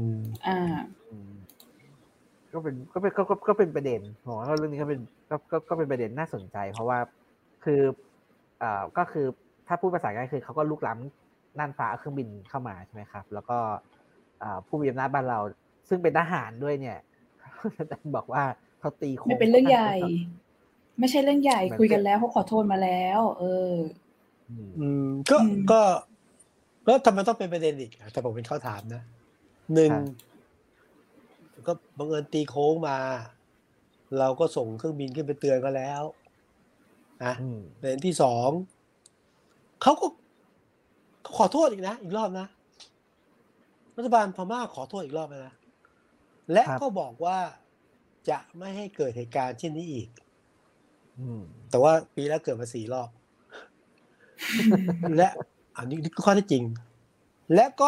ก็เป็นประเด็นผมว่าเรื่องนี้ก็เป็นประเด็นน่าสนใจเพราะว่าคือก็คือถ้าพูดภาษาง่ายคือเขาก็ลุกล้น่านฟ้าเครื่องบินเข้ามาใช่ไหมครับแล้วก็ผู้มีอำนาจบ้านเราซึ่งเป็นทหารด้วยเนี่ยบอกว่าเขาตีโค้งไม่เป็นเรื่องใหญ่ไม่ใช่เรื่องใหญ่คุยกันแล้วเขาขอโทษมาแล้วก็ทำไมต้องเป็นประเด็นอีกแต่ผมเป็นข้อถามนะหนึ่งก็บังเอิญตีโค้งมาเราก็ส่งเครื่องบินขึ้นไปเตือนก็แล้วนะประเด็นที่สองเขาก็ขอโทษอีกรอบนะรัฐบาลพม่าขอโทษอีกรอบนะและก็บอกว่าจะไม่ให้เกิดเหตุการณ์เช่นนี้อีกแต่ว่าปีแล้วเกิดมา4 รอบและอันนี้ก็ข้อเท็จจริงและก็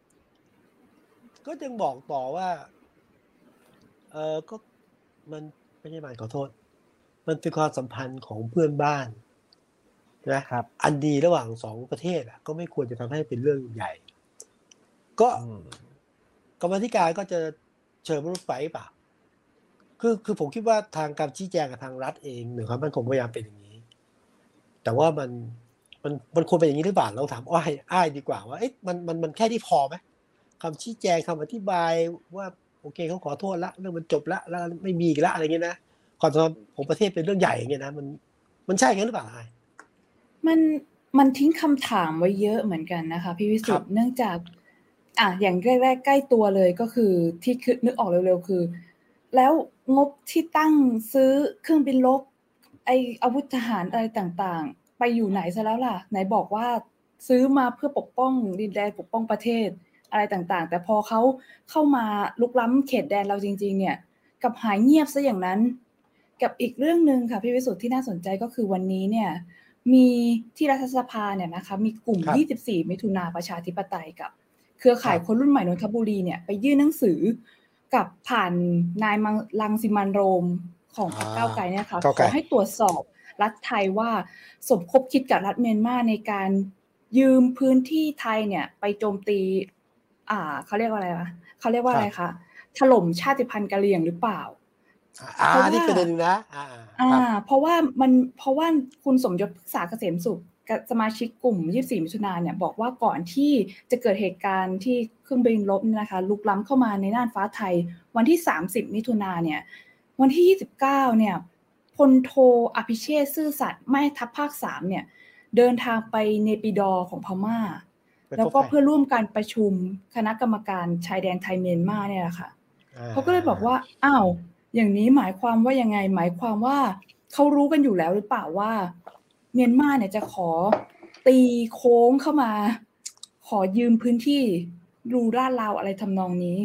ยังบอกต่อว่าก็มันไม่ใช่หมายขอโทษมันเป็นความสัมพันธ์ของเพื่อนบ้านนะครับอันดีระหว่าง2ประเทศก็ไม่ควรจะทำให้เป็นเรื่องใหญ่ก็กรรมาธิการก็จะเชิญรถไฟป่ะคือผมคิดว่าทางการชี้แจงกับทางรัฐเองหนึ่งความมั่นคงพยายามเป็นอย่างนี้แต่ว่ามันควรเป็นอย่างนี้หรือเปล่าเราถามอ้ายดีกว่าว่าเอ๊ะมันแค่นี้พอไหมคำชี้แจงคำอธิบายว่าโอเคเขาขอโทษละเรื่องมันจบละแล้วไม่มีอีกละอะไรเงี้ยนะความสัมพันธ์ของประเทศเป็นเรื่องใหญ่อย่างเงี้ยนะมันใช่งั้นหรือเปล่ามันทิ้งคำถามไว้เยอะเหมือนกันนะคะพี่วิสุทธิ์เนื่องจากอย่างแรกๆใกล้ตัวเลยก็คือที่นึกออกเร็วๆคือแล้วงบที่ตั้งซื้อเครื่องบินรบอาวุธทหารอะไรต่างๆไปอยู่ไหนซะแล้วล่ะไหนบอกว่าซื้อมาเพื่อปกป้องดินแดนปกป้องประเทศอะไรต่างๆแต่พอเขาเข้ามาลุกล้ำเขตแดนเราจริงๆเนี่ยกับหายเงียบซะอย่างนั้นกับอีกเรื่องนึงค่ะพี่วิสุทธิ์ที่น่าสนใจก็คือวันนี้เนี่ยมีที่รัฐสภาเนี่ยนะคะมีกลุ่ม24มิถุนาประชาธิปไตยกับเครือข่ายคนรุ่นใหม่นนทบุรีเนี่ยไปยื่นหนังสือกับผ่านนายรังสิมันต์โรมของพรรคก้าวไกลเนี่ยค่ะขอให้ตรวจสอบรัฐไทยว่าสมคบคิดกับรัฐเมียนมาในการยืมพื้นที่ไทยเนี่ยไปโจมตีเขาเรียกว่าอะไรวะเขาเรียกว่าอะไรคะถล่มชาติพันธุ์กะเหรี่ยงหรือเปล่านี่ประเด็นนึงนะเพราะว่าคุณสมยศพฤกษาเกษมสุขสมาชิกกลุ่ม24มิถุนายนเนี่ยบอกว่าก่อนที่จะเกิดเหตุการณ์ที่เครื่องบินรบนะคะลุกล้ำเข้ามาในน่านฟ้าไทยวันที่30มิถุนายนเนี่ยวันที่29เนี่ยพลโทอภิเชษฐ์ซื่อสัตย์แม่ทัพภาค3เนี่ยเดินทางไปเนปิดอร์ของพม่าแล้วก็เพื่อร่วมการประชุมคณะกรรมการชายแดนไทยเมียนมาเนี่ยแหละค่ะเขาก็เลยบอกว่าอย่างนี้หมายความว่ายังไงหมายความว่าเขารู้กันอยู่แล้วหรือเปล่าว่าเมียนมาเนี่ยจะขอตีโค้งเข้ามาขอยืมพื้นที่รูลาดราวอะไรทำนองนี้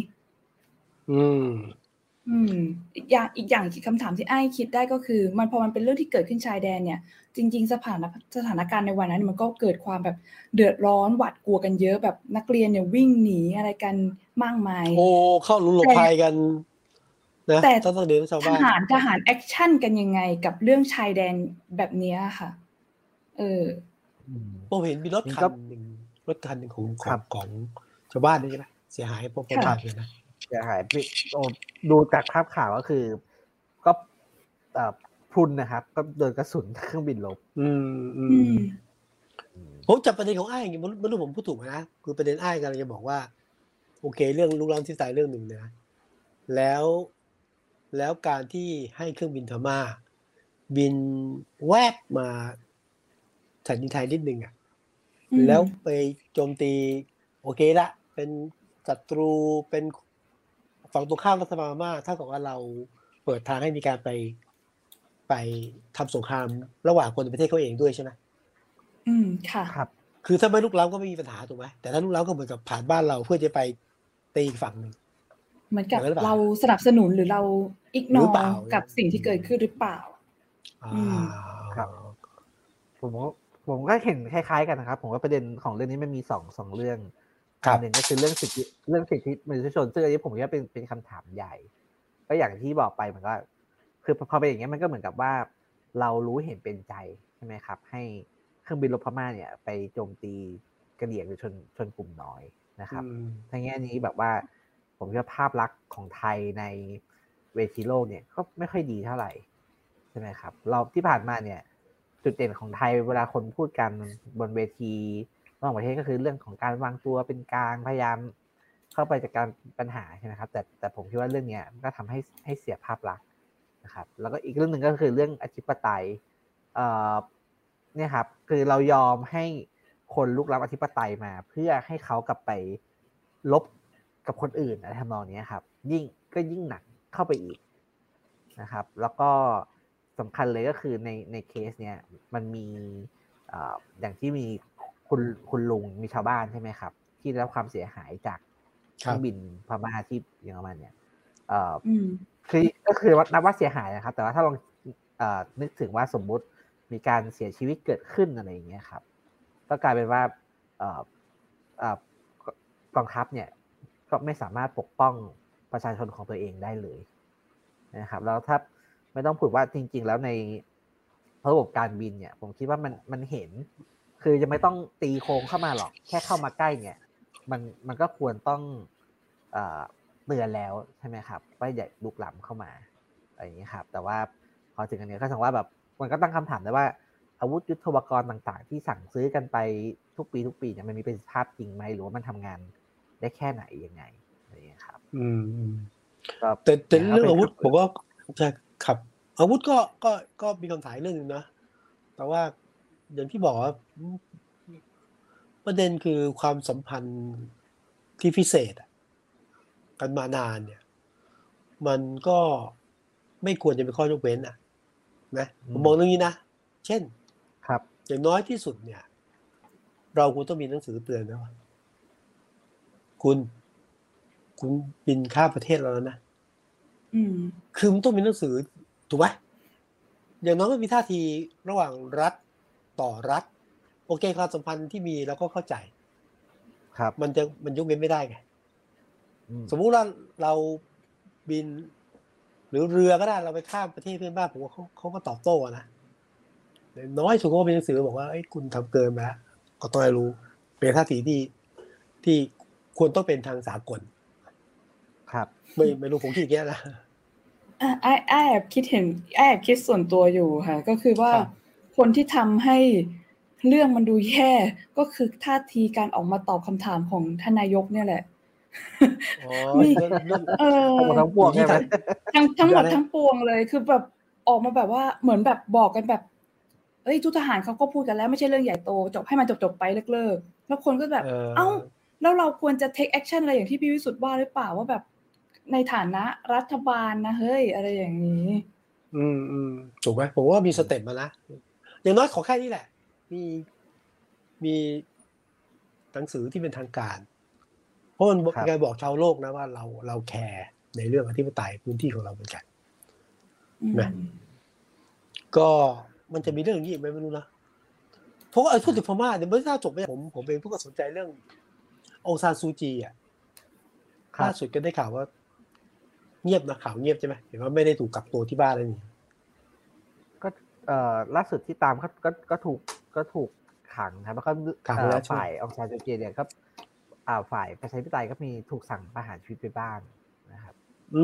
อีกอย่างคำถามที่ไอ้คิดได้ก็คือพอมันเป็นเรื่องที่เกิดขึ้นชายแดนเนี่ยจริงๆสถานการณ์ในวันนั้นมันก็เกิดความแบบเดือดร้อนหวาดกลัวกันเยอะแบบนักเรียนเนี่ยวิ่งหนีอะไรกันมากมายเข้าหลบภัยกันแต่ทหารแอคชั่นกันยังไงกับเรื่องชายแดนแบบนี้ค่ะผมเห็นมีรถคันหนึ่งของชาวบ้านนี่ใช่ไหมเสียหายพวกภาพเลยนะเสียหายดูจากภาพข่าวก็คือก็พรุนนะครับก็โดนกระสุนเครื่องบินลบผมจับประเด็นของอ้ายอย่างนี้ไม่รู้ผมพูดถูกไหมนะคือประเด็นอ้ายกำลังจะบอกว่าโอเคเรื่องลุกล้ำที่ใต้เรื่องหนึ่งนะแล้วการที่ให้เครื่องบินพม่าบินแวบมาแผ่นดินไทยนิดนึงแล้วไปโจมตีโอเคละเป็นศัตรูเป็นฝั่งตรงข้ามรัฐบาลพม่าเท่ากับว่าเราเปิดทางให้มีการไปทำสงครามระหว่างคนในประเทศเขาเองด้วยใช่ไหมค่ะครับคือถ้าไม่ลุกล้ำก็ไม่มีปัญหาถูกไหมแต่ถ้าลุกล้ำก็เหมือนกับผ่านบ้านเราเพื่อจะไปตีอีกฝั่งนึงเหมือนกับเราสนับสนุนหรือเราอิกนอร์กับสิ่งที่เกิดขึ้นหรือเปล่าครับผมก็เห็นคล้ายๆกันนะครับผมว่าประเด็นของเรื่องนี้มันมีสองเรื่องหนึ่งก็คือเรื่องสิทธิมนุษยชนซึ่งอันนี้ผมคิดว่าเป็นคำถามใหญ่ก็อย่างที่บอกไปมันก็คือพอเป็นอย่างนี้มันก็เหมือนกับว่าเรารู้เห็นเป็นใจใช่ไหมครับให้เครื่องบินรบพม่าเนี่ยไปโจมตีกะเหรี่ยงหรือชนกลุ่มน้อยนะครับทั้งแง่นี้แบบว่าผมคิดว่าภาพลักษณ์ของไทยในเวทีโลกเนี่ยก็ไม่ค่อยดีเท่าไหร่ใช่ไหมครับเราที่ผ่านมาเนี่ยจุดเด่นของไทยเวลาคนพูดกันบนเวทีระหว่างประเทศก็คือเรื่องของการวางตัวเป็นกลางพยายามเข้าไปจัดการปัญหาใช่ไหมครับแต่ผมคิดว่าเรื่องนี้ก็ทำให้เสียภาพลักษณ์นะครับแล้วก็อีกเรื่องหนึ่งก็คือเรื่องอธิปไตยเนี่ยครับคือเรายอมให้คนลุกล้ำอธิปไตยมาเพื่อให้เขากลับไปลบกับคนอื่นอะไรทำนองนี้ครับยิ่งหนักเข้าไปอีกนะครับแล้วก็สำคัญเลยก็คือในเคสเนี้ยมันมีอย่างที่มีคุณลุงมีชาวบ้านใช่ไหมครับที่ได้รับความเสียหายจากเครื่องบินพม่าที่อย่างประมาณเนี้ยคือก็คือนับว่าเสียหายนะครับแต่ว่าถ้าลองนึกถึงว่าสมมุติมีการเสียชีวิตเกิดขึ้นอะไรอย่างเงี้ยครับก็กลายเป็นว่ากองทัพเนี่ยก็ไม่สามารถปกป้องประชาชนของตัวเองได้เลยนะครับแล้วถ้าไม่ต้องพูดว่าจริงๆแล้วในระบบการบินเนี่ยผมคิดว่ามันเห็นคือจะไม่ต้องตีโค้งเข้ามาหรอกแค่เข้ามาใกล้เนี่ยมันก็ควรต้องเตือนแล้วใช่ไหมครับว่าอย่าลุกล้ำเข้ามาอะไรอย่างนี้ครับแต่ว่าพอถึงอันนี้ก็แสดงว่าแบบมันก็ตั้งคำถามได้ว่าอาวุธยุทโธปกรณ์ต่างๆที่สั่งซื้อกันไปทุกปีเนี่ยมันมีประสิทธิภาพจริงไหมหรือว่ามันทำงานได้แค่ไหนยังไงอะไรอย่างนี้ครับแต่เรื่องอาวุธผมว่าใช่ครับอาวุธก็มีคำถามเรื่องนึงนะแต่ว่าอย่างที่บอกว่าประเด็นคือความสัมพันธ์ที่พิเศษกันมานานเนี่ยมันก็ไม่ควรจะเป็นข้อยกเว้นนะผมมองเรื่องนี้นะเช่นครับอย่างน้อยที่สุดเนี่ยเราควรต้องมีหนังสือเตือนนะว่าคุณบินข้ามประเทศเราแล้วนะคือมันต้องมีหนังสือถูกไหมอย่างน้อยก็มีท่าทีระหว่างรัฐต่อรัฐโอเคความสัมพันธ์ที่มีเราก็เข้าใจครับมันยกเว้นไม่ได้ไงสมมุติว่าเราบินหรือเรือก็ได้เราไปข้ามประเทศเพื่อนบ้านผมว่าเขาก็ตอบโต้นะน้อยสุดก็เป็นหนังสือบอกว่าคุณทำเกินไปแล้วก็ต้องให้รู้เป็นท่าทีที่ควรต้องเป็นทางสากลครับไม่รู้ผมคิดอย่างนี้นะแอบคิดส่วนตัวอยู่ค่ะก็คือว่าคนที่ทำให้เรื่องมันดูแย่ก็คือท่าทีการออกมาตอบคำถามของท่านนายกเนี่ยแหละมีทั้งปวงใช่ไหมทั้งหมดทั้งปวงเลยคือแบบออกมาแบบว่าเหมือนแบบบอกกันแบบทุกทหารเขาก็พูดกันแล้วไม่ใช่เรื่องใหญ่โตจบให้มันจบไปเลิกแล้วคนก็แบบแล้วเราควรจะ take action อะไรอย่างที่พี่วิสุทธิ์ว่าหรือเปล่าว่าแบบในฐานะรัฐบาลนะเฮ้ยอะไรอย่างนี้ถูกไหมผมว่ามีสเต็ปมานะอย่างน้อยขอแค่นี้แหละมีหนังสือที่เป็นทางการเพราะมันการบอกชาวโลกนะว่าเราแคร์ในเรื่องอธิปไตยพื้นที่ของเราเหมือนกันนะก็มันจะมีเรื่องอย่างนี้ไหมไม่รู้นะเพราะว่าพูดถึงพม่าเนี่ยเมื่อถ้าจบไปผมเองก็สนใจเรื่ององซานซูจีล่าสุดก็ได้ข่าวว่าเงียบนะข่าวเงียบใช่ไหมเห็นว่าไม่ได้ถูกกักตัวที่บ้านเลยนี่ก็ล่าสุดที่ตามก็ถูกขังครับแล้วก็ฝ่ายองซานซูจีเนี่ยก็ฝ่ายประชาธิปไตยก็มีถูกสั่งประหารชีวิตไปบ้างนะครับ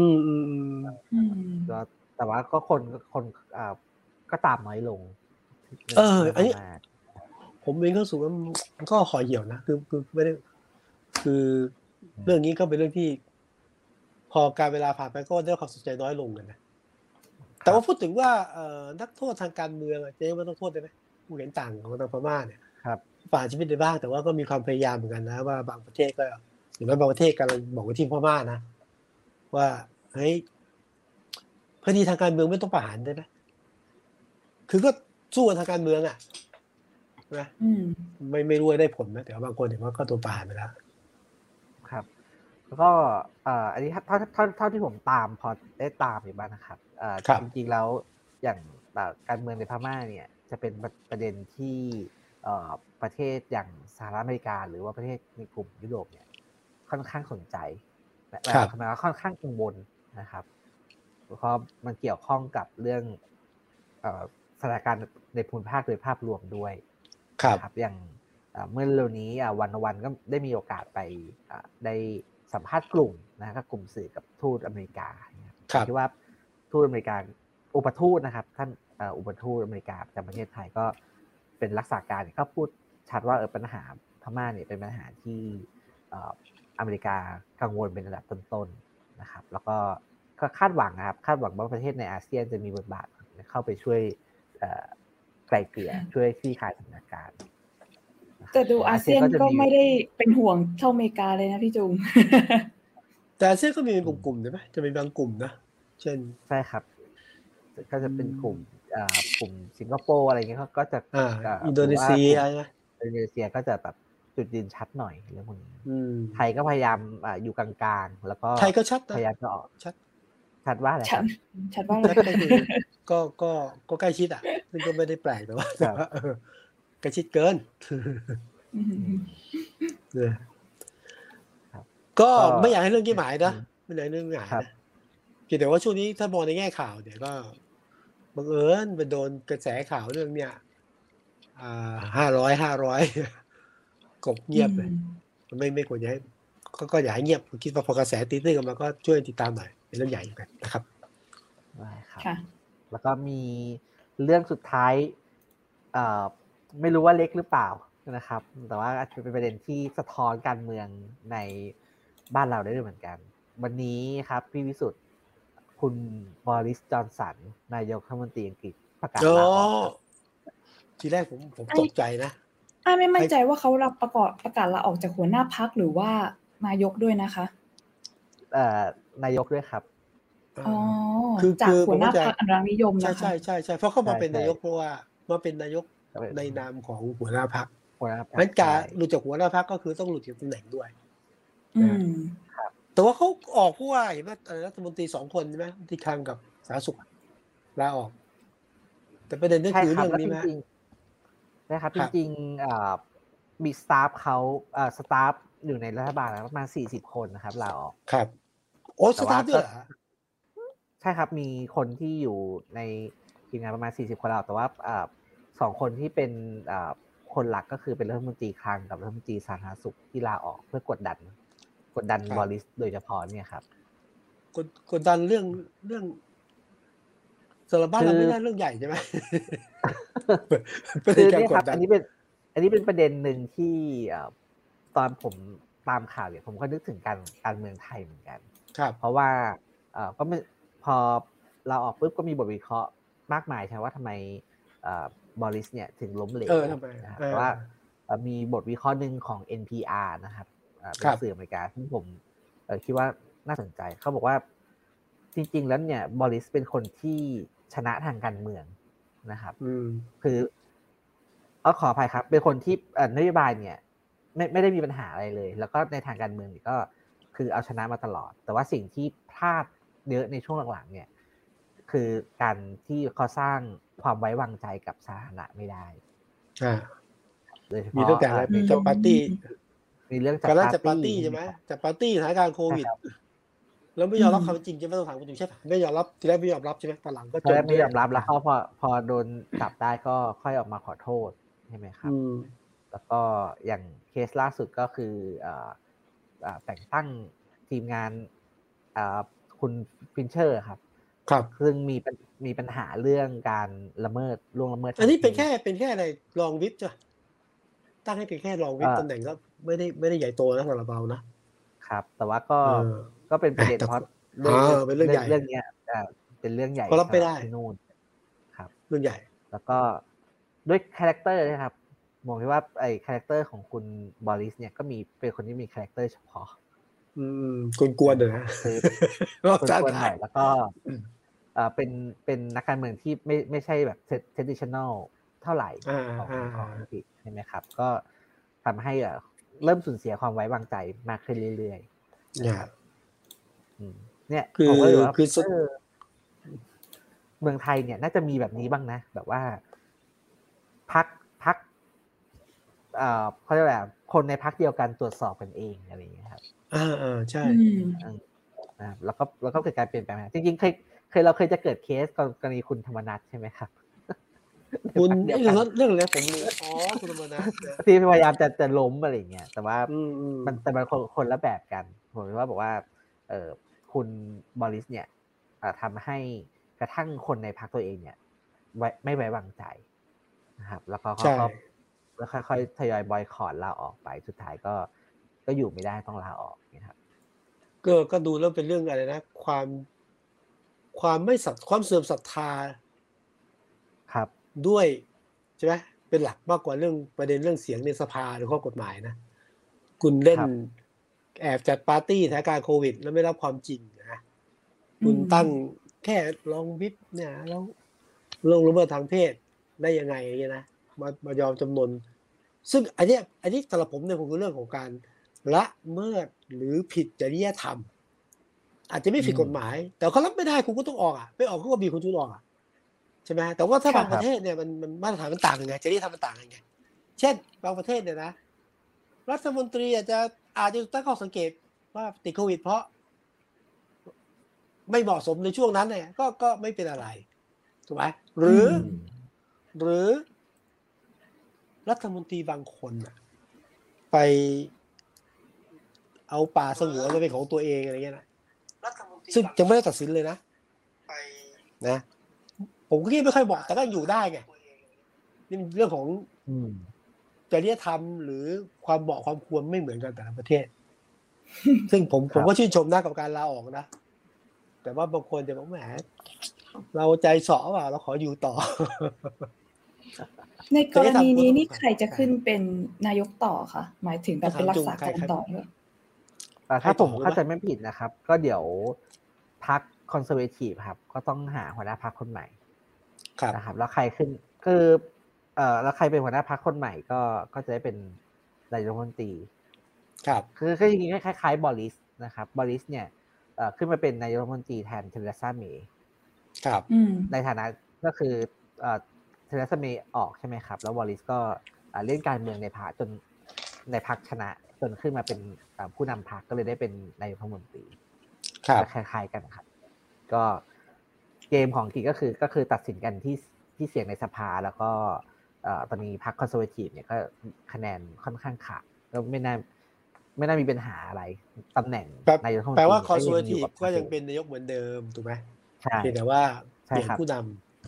ก็แต่ว่าก็คนก็ตามน้อยลงอันนี้ผมเองก็รู้สึกว่ามันก็ห่อเหี่ยวนะคือไม่ได้คือเรื่องนี้ก็เป็นเรื่องที่พอการเวลาผ่านไปก็ได้ความสนใจน้อยลงกันนะแต่ว่าพูดถึงว่านักโทษทางการเมืองจะไม่ต้องโทษได้ไหมผู้เห็นต่างของทางพม่าเนี่ยฝ่ายชีวิตได้บ้างแต่ว่าก็มีความพยายามเหมือนกันนะว่าบางประเทศก็อย่างนั้นบางประเทศกำลังบอกว่าที่พม่านะว่าเฮ้ยคดีทางการเมืองไม่ต้องประหารได้ไหมคือก็สู้กันทางการเมืองนะไม่รู้ได้ผลนะแต่ว่าบางคนเห็นว่าก็ตัวประหารไปแล้วครับแล้วก็อันนี้เท่าที่ผมตามพอได้ตามอยู่บ้างนะครับจริงๆแล้วอย่างการเมืองในพม่าเนี่ยจะเป็นประเด็นที่ประเทศอย่างสหรัฐอเมริกาหรือว่าประเทศในกลุ่มยุโรปเนี่ยค่อนข้างสนใจและค่อนข้างกังวลนะครับเพราะมันเกี่ยวข้องกับเรื่องสถานการณ์ในภูมิภาคโดยภาพรวมด้วยครับอย่างเมื่อเร็วนี้วันก็ได้มีโอกาสไปได้สัมภาษณ์กลุ่มนะครับกลุ่มสื่อกับทูตอเมริกาที่ว่าทูตอเมริกาอุปทูตนะครับท่านอุปทูตอเมริกาจากประเทศไทยก็เป็นรักษาการก็พูดชัดว่าปัญหาพม่าเนี่ยเป็นปัญหาที่อเมริกากังวลเป็นระดับต้นๆนะครับแล้วก็คาดหวังนะครับคาดหวังว่าประเทศในอาเซียนจะมีบทบาทเข้าไปช่วยไกล่เกลี่ยช่วยคลี่คลายสถานการณ์แต่ดูอาเซียนก็ไม่ได้เป็นห่วงเท่าอเมริกาเลยนะพี่จุงแต่อาเซียนก็มีเป็นกลุ่มๆใช่ไหมจะมีบางกลุ่มนะเช่นใช่ครับก็จะเป็นกลุ่มสิงคโปร์อะไรเงี้ยก็จะอินโดนีเซียนะอินโดนีเซียก็จะแบบจุดยืนชัดหน่อยเรื่องพวกนี้ไทยก็พยายามอยู่กลางๆแล้วก็ไทยก็ชัดนะพยายามจะออกชัดว่าอะไรครับชัดว่าอะไรก็ใกล้ชิดอ่ะซึ่งก็ไม่ได้แปลกแต่ว่าใกล้ชิดเกินก็ไม่อยากให้เรื่องนี้หมายนะไม่อยากให้เรื่องหมายนะเพียงแต่ว่าช่วงนี้ถ้ามองในแง่ข่าวเนี่ยก็บังเอิญไปโดนกระแสข่าวเรื่องเนี้ย500กบเงียบเลยไม่ควรจะให้ก็อย่าให้เงียบผมคิดว่าพอกระแสตีตื้นกันมาก็ช่วยติดตามหน่อยเป็นเรื่องใหญ่กันนะครับได้ครับแล้วก็มีเรื่องสุดท้ายไม่รู้ว่าเล็กหรือเปล่านะครับแต่ว่าอาจจะเป็นประเด็นที่สะท้อนการเมืองในบ้านเราได้ด้วยเหมือนกันวันนี้ครับพี่วิสุทธิ์คุณบอริสจอนสันนายกรัฐมนตรีอังกฤษประกาศลาออกทีแรกผมตกใจนะไม่มั่นใจว่าเขารับประกาศลาออกจากหัวหน้าพรรคหรือว่านายกด้วยนะคะนายกด้วยครับคือจากหัวหน้าพรรคอนุรักษ์นิยมนะคะใช่เพราะเขามาเป็นนายกเพราะว่ามาเป็นนายกในนามของหัวหน้าพรรคงั้นการหลุดจากหัวหน้าพรรคก็คือต้องหลุดจากตำแหน่งด้วยแต่ว่าเขาออกผู้ว่าเห็นว่ารัฐมนตรี2 คนใช่ไหมที่คลังกับสาธารณสุขลาออกแต่ประเด็นก็คือเรื่องนี้นะนะครับจริงๆมีสตาฟเขาสตาฟอยู่ในรัฐบาลประมาณ40 คนนะครับลาออกครับโอ้สตาฟด้วยเหรอใช่ครับมีคนที่อยู่ในทีมงานประมาณ40 คนแล้วแต่ว่า2 คนที่เป็นคนหลักก็คือเป็นรัฐมนตรีคลังกับรัฐมนตรีสาธารณสุขที่ลาออกเพื่อกดดันบอริสโดยเฉพาะเนี่ยครับกดดันเรื่องสำหรับบ้านเราไม่ได้เรื่องใหญ่ใช่ไหมคือเนี่ยครับอันนี้เป็นประเด็นหนึ่งที่ตอนผมตามข่าวเนี่ยผมก็นึกถึงการเมืองไทยเหมือนกันเพราะว่าก็พอเราออกปุ๊บก็มีบทวิเคราะห์มากมายใช่ว่าทำไมบอริสเนี่ยถึงล้มเหลวนะครับเพราะว่ามีบทวิเคราะห์หนึ่งของ NPR นะครับเป็นสื่ออเมริกาที่ผมคิดว่าน่าสนใจเขาบอกว่าจริงๆแล้วเนี่ยบอริสเป็นคนที่ชนะทางการเมืองนะครับคือขออภัยครับเป็นคนที่นโยบายเนี่ยไม่ได้มีปัญหาอะไรเลยแล้วก็ในทางการเมืองก็คือเอาชนะมาตลอดแต่ว่าสิ่งที่พลาดเยอะในช่วงหลังๆเนี่ยคือการที่เขาสร้างความไว้วางใจกับสาธารณะไม่ได้มีตั้งแต่อะไรจัดปาร์ตี้มีเรื่องจัดปาร์ตี้ใช่ไหมจัดปาร์ตี้สถานการณ์โควิดแล้วไม่ยอมรับความจริงใช่ไหมต้องถามคุณจุ๋มใช่ไหมไม่ยอมรับทีแรกไม่ยอมรับใช่ไหมตอนหลังก็จนไม่ยอมรับแล้วเขาพอโดนจับได้ก็ค่อยออกมาขอโทษใช่ไหมครับแล้วก็อย่างเคสล่าสุดก็คือแต่งตั้งทีมงานคุณฟินเชอร์ครับซึ่งมีปัญหาเรื่องการล่วงละเมิดอันนี้เป็นแค่อะไรรองวิปจ้ะตั้งให้เป็นแค่รองวิปตำแหน่งก็ไม่ได้ใหญ่โตนะสำหรับเรานะครับแต่ว่าก็เป็นประเด็นเพราะเรื่องนี้เป็นเรื่องใหญ่ที่นู่นครับเรื่องใหญ่แล้วก็ด้วยคาแรคเตอร์นะครับมองว่าไอ้คาแรคเตอร์ของคุณบอริสเนี่ยก็เป็นคนที่มีคาแรคเตอร์เฉพาะกวนๆเลยนะกวนๆหน่อยแล้วก็เป็นนักการเมืองที่ไม่ใช่แบบ traditional เท่าไหร่ของอังกฤษใช่ไหมครับก็ทำให้เริ่มสูญเสียความไว้วางใจมากขึ้นเรื่อยๆเนี่ยผมก็เลยว่าเมืองไทยเนี่ยน่าจะมีแบบนี้บ้างนะแบบว่าพรรคเขาเรียกว่าคนในพรรคเดียวกันตรวจสอบกันเองอะไรอย่างเงี้ยครับใช่แล้วก็เกิดการเปลี่ยนแปลงจริงๆเราเคยจะเกิดเคสกรณีคุณธรรมนัสใช่ไหมครับคุณเรื่องอะไรผมรู้คุณธรรมนัสที่พยายามจะล้มอะไรอย่างเงี้ยแต่ว่ามันคนละแบบกันผมว่าบอกว่าคุณบอริสเนี่ยทำให้กระทั่งคนในพรรคตัวเองเนี่ยไม่ไว้วางใจนะครับแล้วก็แล้วค่อยๆทยอยบอยคอตลาออกไปสุดท้ายก็อยู่ไม่ได้ต้องลาออกนะครับก็ดูแล้วเป็นเรื่องอะไรนะความไม่ความเสื่อมศรัทธาครับด้วยใช่ไหมเป็นหลักมากกว่าเรื่องประเด็นเรื่องเสียงในสภาหรือข้อกฎหมายนะคุณเล่นแอบจัดปาร์ตี้สถานการณ์โควิดแล้วไม่รับความจริงนะคุณตั้งแค่ลองวิปเนี่ยแล้วลงละเมิดทางเพศได้ยังไงเนี่ยนะมายอมจำนนซึ่งอันนี้สำหรับผมเนี่ยผมคือเรื่องของการละเมิดหรือผิดจริยธรรมอาจจะไม่ผิดกฎหมายแต่เขารับไม่ได้คุณก็ต้องออกไม่ออกก็มีคนทุนออกใช่ไหมแต่ว่าถ้าบางประเทศเนี่ยมันมาตรฐานมันต่างกันไงจริยธรรมมันต่างกันไงเช่นบางประเทศเนี่ยนะรัฐมนตรีอาจจะตั้งข้อสังเกตว่าติดโควิดเพราะไม่เหมาะสมในช่วงนั้นเนี่ยก็ไม่เป็นอะไรถูกไหมหรือรัฐมนตรีบางคนไปเอาป่าสงวนมาเป็นของตัวเองอะไรเงี้ยนะซึ่งยังไม่ได้ตัดสินเลยนะผมก็คิดไม่ค่อยบอกแต่ก็อยู่ได้ไงนี่เรื่องของจริยธรรมหรือความเหมาะความควรไม่เหมือนกันแต่ละประเทศ ซึ่งผมก็ชื่นชมนะกับการลาออกนะแต่ว่าบางคนจะบอกแหมเราใจเสาะว่าเราขออยู่ต่อในกรณีนี้นี่ใครจะขึ้นเป็นนายกต่อคะหมายถึงแบบเป็นรักษาการต่อหรือถ้าผมเข้าใจไม่ผิดนะครับก็เดี๋ยวพรรคคอนเซอร์เวทีฟครับก็ต้องหาหัวหน้าพรรคคนใหม่นะครับแล้วใครขึ้นคือแล้วใครเป็นหัวหน้าพรรคคนใหม่ก็จะได้เป็นนายกรัฐมนตรีครับคืออย่างนี้คล้ายๆบอริสนะครับบอริสเนี่ยขึ้นมาเป็นนายกรัฐมนตรีแทนเทเรซาเมย์ครับในฐานะก็คือเทเรซาเมย์ออกใช่ไหมครับแล้วบอริสก็เล่นการเมืองในพรรคจนในพรรคชนะจนขึ้นมาเป็นผู้นำพรรคก็เลยได้เป็นนายกรัฐมนตรีคล้ายๆกันครับก็เกมของทีก็คือตัดสินกันที่เสียงในสภาแล้วก็ตอนนี้พรรคคอนเซอร์เวทีฟเนี่ยก็คะแนนค่อนข้างขาดก็ไม่น่ามีปัญหาอะไรตำแหน่งนายกรัฐมนตรีแปลว่าคอนเซอร์เวทีฟก็ยังเป็นนายกเหมือนเดิมถูกไหมใช่แต่ว่าเปลี่ยนผู้นำ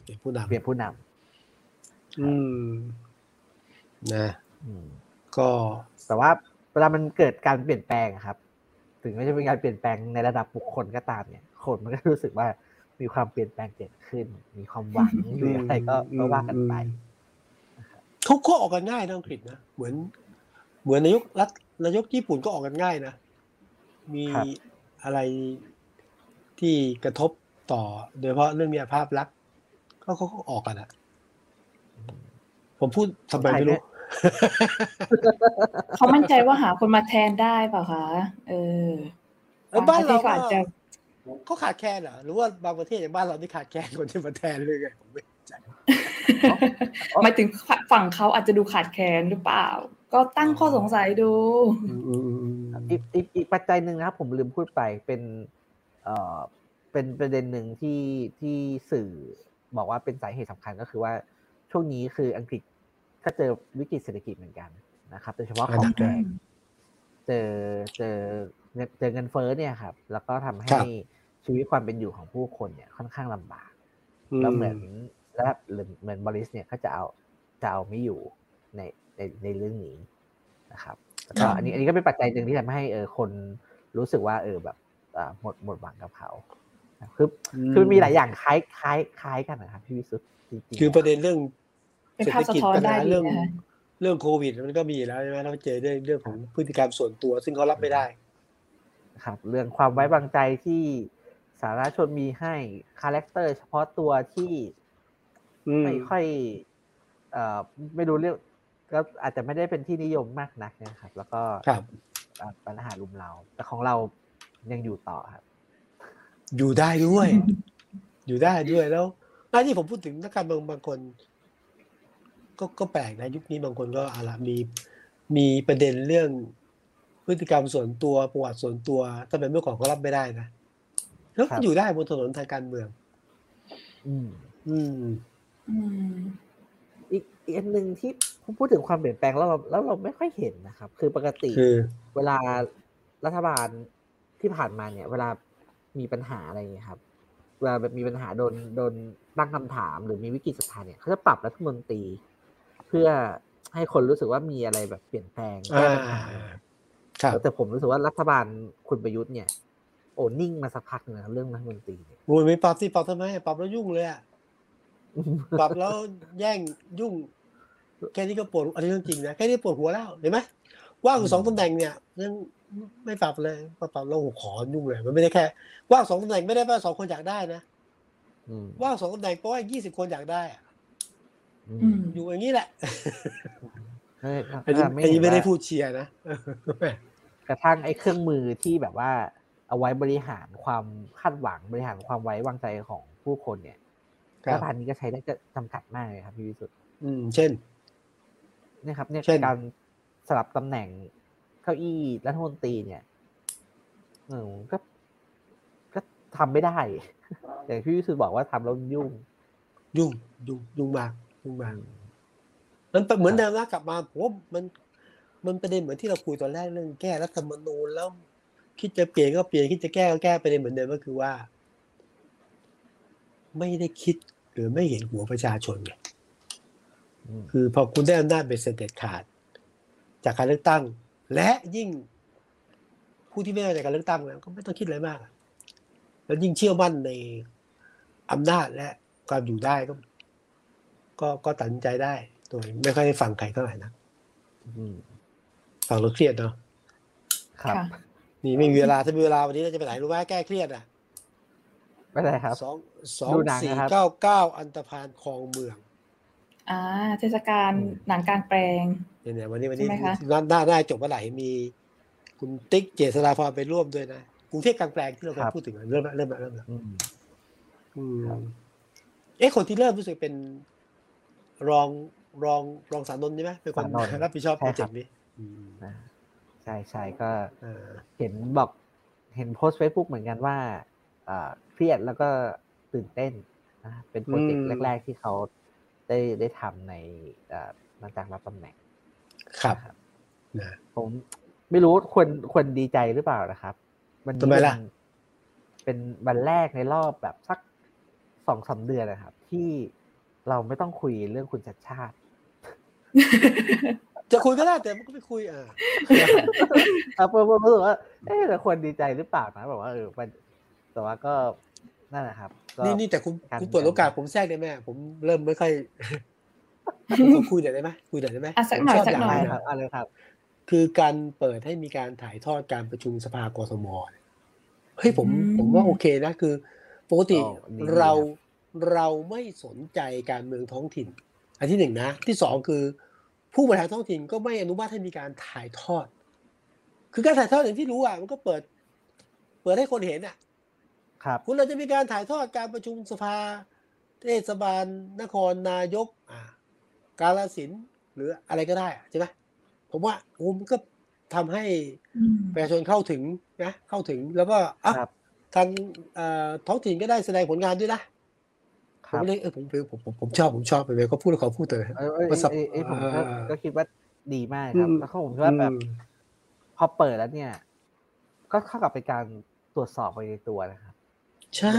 นะก็แต่ว่าเวลามันเกิดการเปลี่ยนแปลงครับถึงไม่ใช่เป็นการเปลี่ยนแปลงในระดับบุคคลก็ตามเนี่ยคนมันก็รู้สึกว่ามีความเปลี่ยนแปลงเกิดขึ้นมีความหวังหรืออะไรก็ว่ากันไปเขาออกกันง่ายนะอังกฤษนะเหมือนนายกญี่ปุ่นก็ออกกันง่ายนะมีอะไรที่กระทบต่อโดยเฉพาะเรื่องมีภาพลักษณ์เขาออกกันอะผมพูดทำไมไม่รู้เขามั่นใจว่าหาคนมาแทนได้เปล่าคะบ้านเราก็เขาขาดแคลนเหรอหรือว่าบางประเทศอย่างบ้านเราที่ขาดแคลนคนที่มาแทนเลยไงผมไม่ใจหมายถึงฝั่งเขาอาจจะดูขาดแคลนหรือเปล่าก็ตั้งข้อสงสัยดูอีกปัจจัยหนึ่งนะครับผมลืมพูดไปเป็นประเด็นหนึ่งที่สื่อบอกว่าเป็นสาเหตุสำคัญก็คือว่าช่วงนี้คืออังกฤษก็เจอวิกฤตเศรษฐกิจเหมือนกันนะครับโดยเฉพาะของแพงเจอเงินเฟ้อเนี่ยครับแล้วก็ทำให้ชีวิตความเป็นอยู่ของผู้คนเนี่ยค่อนข้างลำบากแล้วเหมือนบริสเนี่ยก็จะเอาไม่อยู่ในเรื่องนี้นะครับก็อันนี้ก็เป็นปัจจัยหนึ่งที่ทำให้คนรู้สึกว่าแบบหมดหวังกับเขาคือมีหลายอย่างคล้ายกันนะครับพี่วิสุทธิ์คือประเด็นเรื่องเศรษฐกิจปัญหาเรื่องโควิดมันก็มีแล้วใช่ไหมเราเจอเรื่องของพฤติกรรมส่วนตัวซึ่งเขารับไม่ได้ครับเรื่องความไว้วางใจที่สาธารณชนมีให้คาแรคเตอร์เฉพาะตัวที่ไม่ค่อยไม่รู้เรื่องก็อาจจะไม่ได้เป็นที่นิยมมากนักนะครับแล้วก็ปัญหารุมเราแต่ของเรายังอยู่ต่อครับอยู่ได้ด้วยแล้วที่ผมพูดถึงนักการเมืองบางคนก็แปลกนะยุคนี้บางคนก็มีประเด็นเรื่องพฤติกรรมส่วนตัวประวัติส่วนตัวถ้าเป็นเมื่อก่อนเขารับไม่ได้นะแล้วก็อยู่ได้บนถนนทางการเมืองอีกอันหนึ่งที่ผมพูดถึงความเปลี่ยนแปลงแล้วเราไม่ค่อยเห็นนะครับคือปกติเวลารัฐบาลที่ผ่านมาเนี่ยเวลามีปัญหาอะไรอย่างเงี้ยครับเวลาแบบมีปัญหาโดนตั้งคำถามหรือมีวิกฤตสถานเนี่ยเขาจะปรับรัฐมนตรีเพื่อให้คนรู้สึกว่ามีอะไรแบบเปลี่ยนแปลงแก้ปัญหาแต่ผมรู้สึกว่ารัฐบาลคุณประยุทธ์เนี่ยโอ้นิ่งมาสักพักนึงนะเรื่องรัฐมนตรีเนี่ยโอ้ยไม่ปรับสิปรับทำไมปรับแล้วยุ่งเลยอ่ะปรับแล้วแย่งยุ่งแค่นี้ก็ปวดอันนี้เรื่องจริงนะแค่นี้ปวดหัวแล้วเห็นไหมว่างอยู่2 ตำแหน่งเนี่ยยังไม่ปรับเลยปรับแล้วขอยุ่งเลยมันไม่ได้แค่ว่าง2 ตำแหน่งไม่ได้ว่า2 คนอยากได้นะว่าง2 ตำแหน่งเพราะว่า20 คนอยากได้อยู่อย่างนี้แหละอันนี้ไม่ได้พูดเชียร์นะกระทั่งไอ้เครื่องมือที่แบบว่าเอาไว้บริหารความคาดหวังบริหารความไว้วางใจของผู้คนเนี่ยรัฐบาลนี้ก็ใช้ได้จำกัดมากเลยครับพี่วิสุทธิ์เช่นนี่ครับเนี่ยการสลับตำแหน่งเก้าอี้รัฐมนตรีเนี่ยก็ทำไม่ได้อย่างพี่วิสุทธิ์บอกว่าทำแล้วยุ่งมากมันเหมือนเดิมนะกลับมาผมมันประเด็นเหมือนที่เราคุยตอนแรกเรื่องแก้รัฐธรรมนูญแล้วคิดจะเปลี่ยนก็เปลี่ยนคิดจะแก้ก็แก้ประเด็นเหมือนเดิมก็คือว่าไม่ได้คิดหรือไม่เห็นหัวประชาชนไงคือพอคุณได้อำนาจเป็นเด็ดขาดจากการเลือกตั้งและยิ่งผู้ที่ไม่ได้จากการเลือกตั้งแล้วก็ไม่ต้องคิดอะไรมากแล้วยิ่งเชื่อมั่นในอำนาจและความอยู่ได้ก็ตัดสินใจได้โดยไม่ค่อยได้ฟังใครเท่าไหร่นะฟังแล้วเครียดเนาะครับนี่ไม่มีเวลาถ้ามีเวลาวันนี้เราจะไปไหนรู้ไหมแก้เครียดอ่ะไม่ได้ครับ 2499อันธพาลคลองเมืองเทศกาลหนังกลางแปลงเนี่ยวันนี้น่าจบเมื่อไหร่มีคุณติ๊กเจษฎาพรไปร่วมด้วยนะกรุงเทพกลางแปลงที่เราเคยพูดถึงเริ่มแล้วคนที่เริ่มรู้สึกเป็นรองสานนท์ใช่ไหมเป็นคนรับผิดชอบโปรเจกต์นี้ใช่ก็เห็นโพสต์ Facebook เหมือนกันว่าเครียดแล้วก็ตื่นเต้นนะเป็นโปรเจกต์แรกๆที่เขาได้ทำในหลังจากรับตำแหน่งครับผมไม่รู้ควรดีใจหรือเปล่านะครับมันเป็นวันแรกในรอบแบบสัก 2-3 เดือนนะครับที่เราไม่ต้องคุยเรื่องคุณชัชชาติจะคุยก็ได้แต่มันก็ไม่คุยผมรู้สึกว่าแต่ควรดีใจหรือเปล่านะแบบว่าแต่ว่าก็นั่นแหละครับนี่แต่คุณเปิดโอกาสผมแทรกได้ไหมผมเริ่มไม่ค่อยคุยได้ไหมสักหน่อยครับอะไรครับคือการเปิดให้มีการถ่ายทอดการประชุมสภากทมเฮ้ยผมว่าโอเคนะคือปกติเราไม่สนใจการเมืองท้องถิ่นอันที่1นะที่2คือผู้บริหารท้องถิ่นก็ไม่อนุญาตให้มีการถ่ายทอดคือการถ่ายทอดอย่างที่รู้มันก็เปิดให้คนเห็นครับคุณเราจะมีการถ่ายทอดการประชุมสภาเทศบาลนครนายกกาฬสินธุ์หรืออะไรก็ได้ใช่ไหมผมว่ามันก็ทำให้ประชาชนเข้าถึงแล้วก็ทางท้องถิ่นก็ได้แสดงผลงานด้วยนะผมเลยผมชอบไปเลยก็พูดแล้วขอพูดเลยผมก็คิดว่าดีมากครับแล้วผมคิดว่าแบบพอเปิดแล้วเนี่ยก็เข้ากับเป็นการตรวจสอบไปในตัวนะครับใช่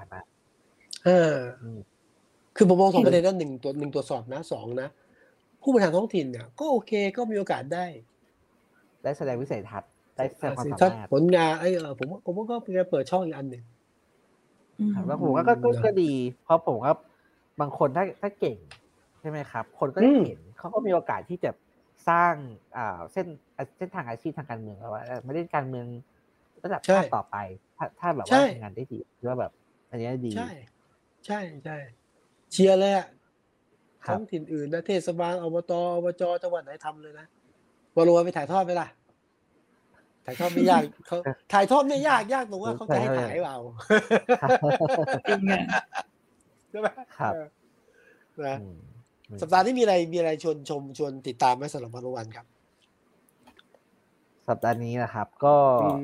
คือผมมอง2 ประเด็นนั้น1ตรวจสอบนะ2นะผู้บริหารท้องถิ่นเนี่ยก็โอเคก็มีโอกาสได้แสดงวิสัยทัศน์ได้แสดงความสามารถผลงานผมก็เป็นการเปิดช่องอีกอันหนึ่งแล้วผมก็ดีเพราะผมว่าบางคนถ้าเก่งใช่ไหมครับคนก็เห็นเขาก็มีโอกาสที่จะสร้างเส้นทางอาชีพทางการเมืองว่าไม่ได้การเมืองระดับชาติต่อไปถ้าแบบว่าทำงานได้ดีหรือว่าแบบอันนี้ดีใช่เชียร์เลยท้องถิ่นอื่นนะเทศบาลอบจจังหวัดไหนทำเลยนะวอลลุ่มไปถ่ายทอดไหมล่ะถ่ายทอดไม่ยากเขาถ่ายทอดไม่ยากตรงว่าเขาจะให้ถ่ายเปล่าจริงใช่ไหมครับนะสัปดาห์นี้มีอะไรชวนติดตามไหมสำหรับวันวันครับสัปดาห์นี้นะครับก็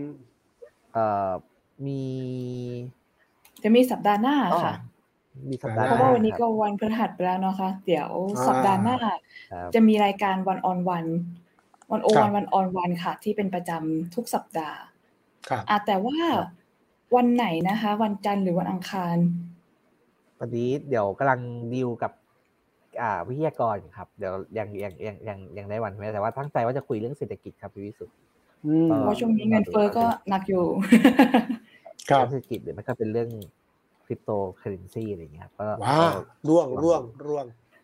จะมีสัปดาห์หน้าค่ะเพราะว่าวันนี้ก็วันพฤหัสไปแล้วเนาะค่ะเดี๋ยวสัปดาห์หน้าจะมีรายการวันออนวันค่ะที่เป็นประจำทุกสัปดาห์แต่ว่าวันไหนนะคะวันจันทร์หรือวันอังคารวันนี้เดี๋ยวกำลังดีลกับวิทยากรครับเดี๋ยวยังได้วันแต่ว่าตั้งใจว่าจะคุยเรื่องเศรษฐกิจครับพี่วิสุทธิ์เพราะช่วงนี้เงินเฟ้อก็หนักอยู่เศรษฐกิจหรือมันก็เป็นเรื่องคริปโตเคอเรนซีอะไรอย่างเงี้ยครับก็ร่วง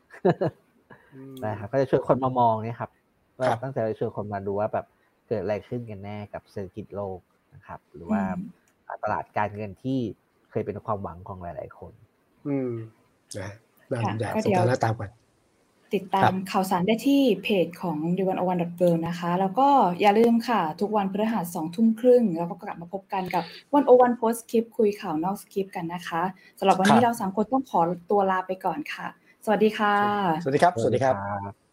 นะครับก็จะชวนคนมามองเนี่ยครับว่าตั้งใจจะชวนคนมาดูว่าแบบเกิดอะไรขึ้นกันแน่กับเศรษฐกิจโลกนะครับหรือว่าตลาดการเงินที่เคยเป็นความหวังของหลายๆคนนะก็เดี๋ยวตามกันติดตามข่าวสารได้ที่เพจของ d101.world นะคะแล้วก็อย่าลืมค่ะทุกวันพฤหัส 20:30 นแล้วก็กลับมาพบกันกับ101 Post คลิปคุยข่าวนอกสคริปต์กันนะคะสำหรับวันนี้เรา3คนต้องขอตัวลาไปก่อนค่ะสวัสดีค่ะสวัสดีครับ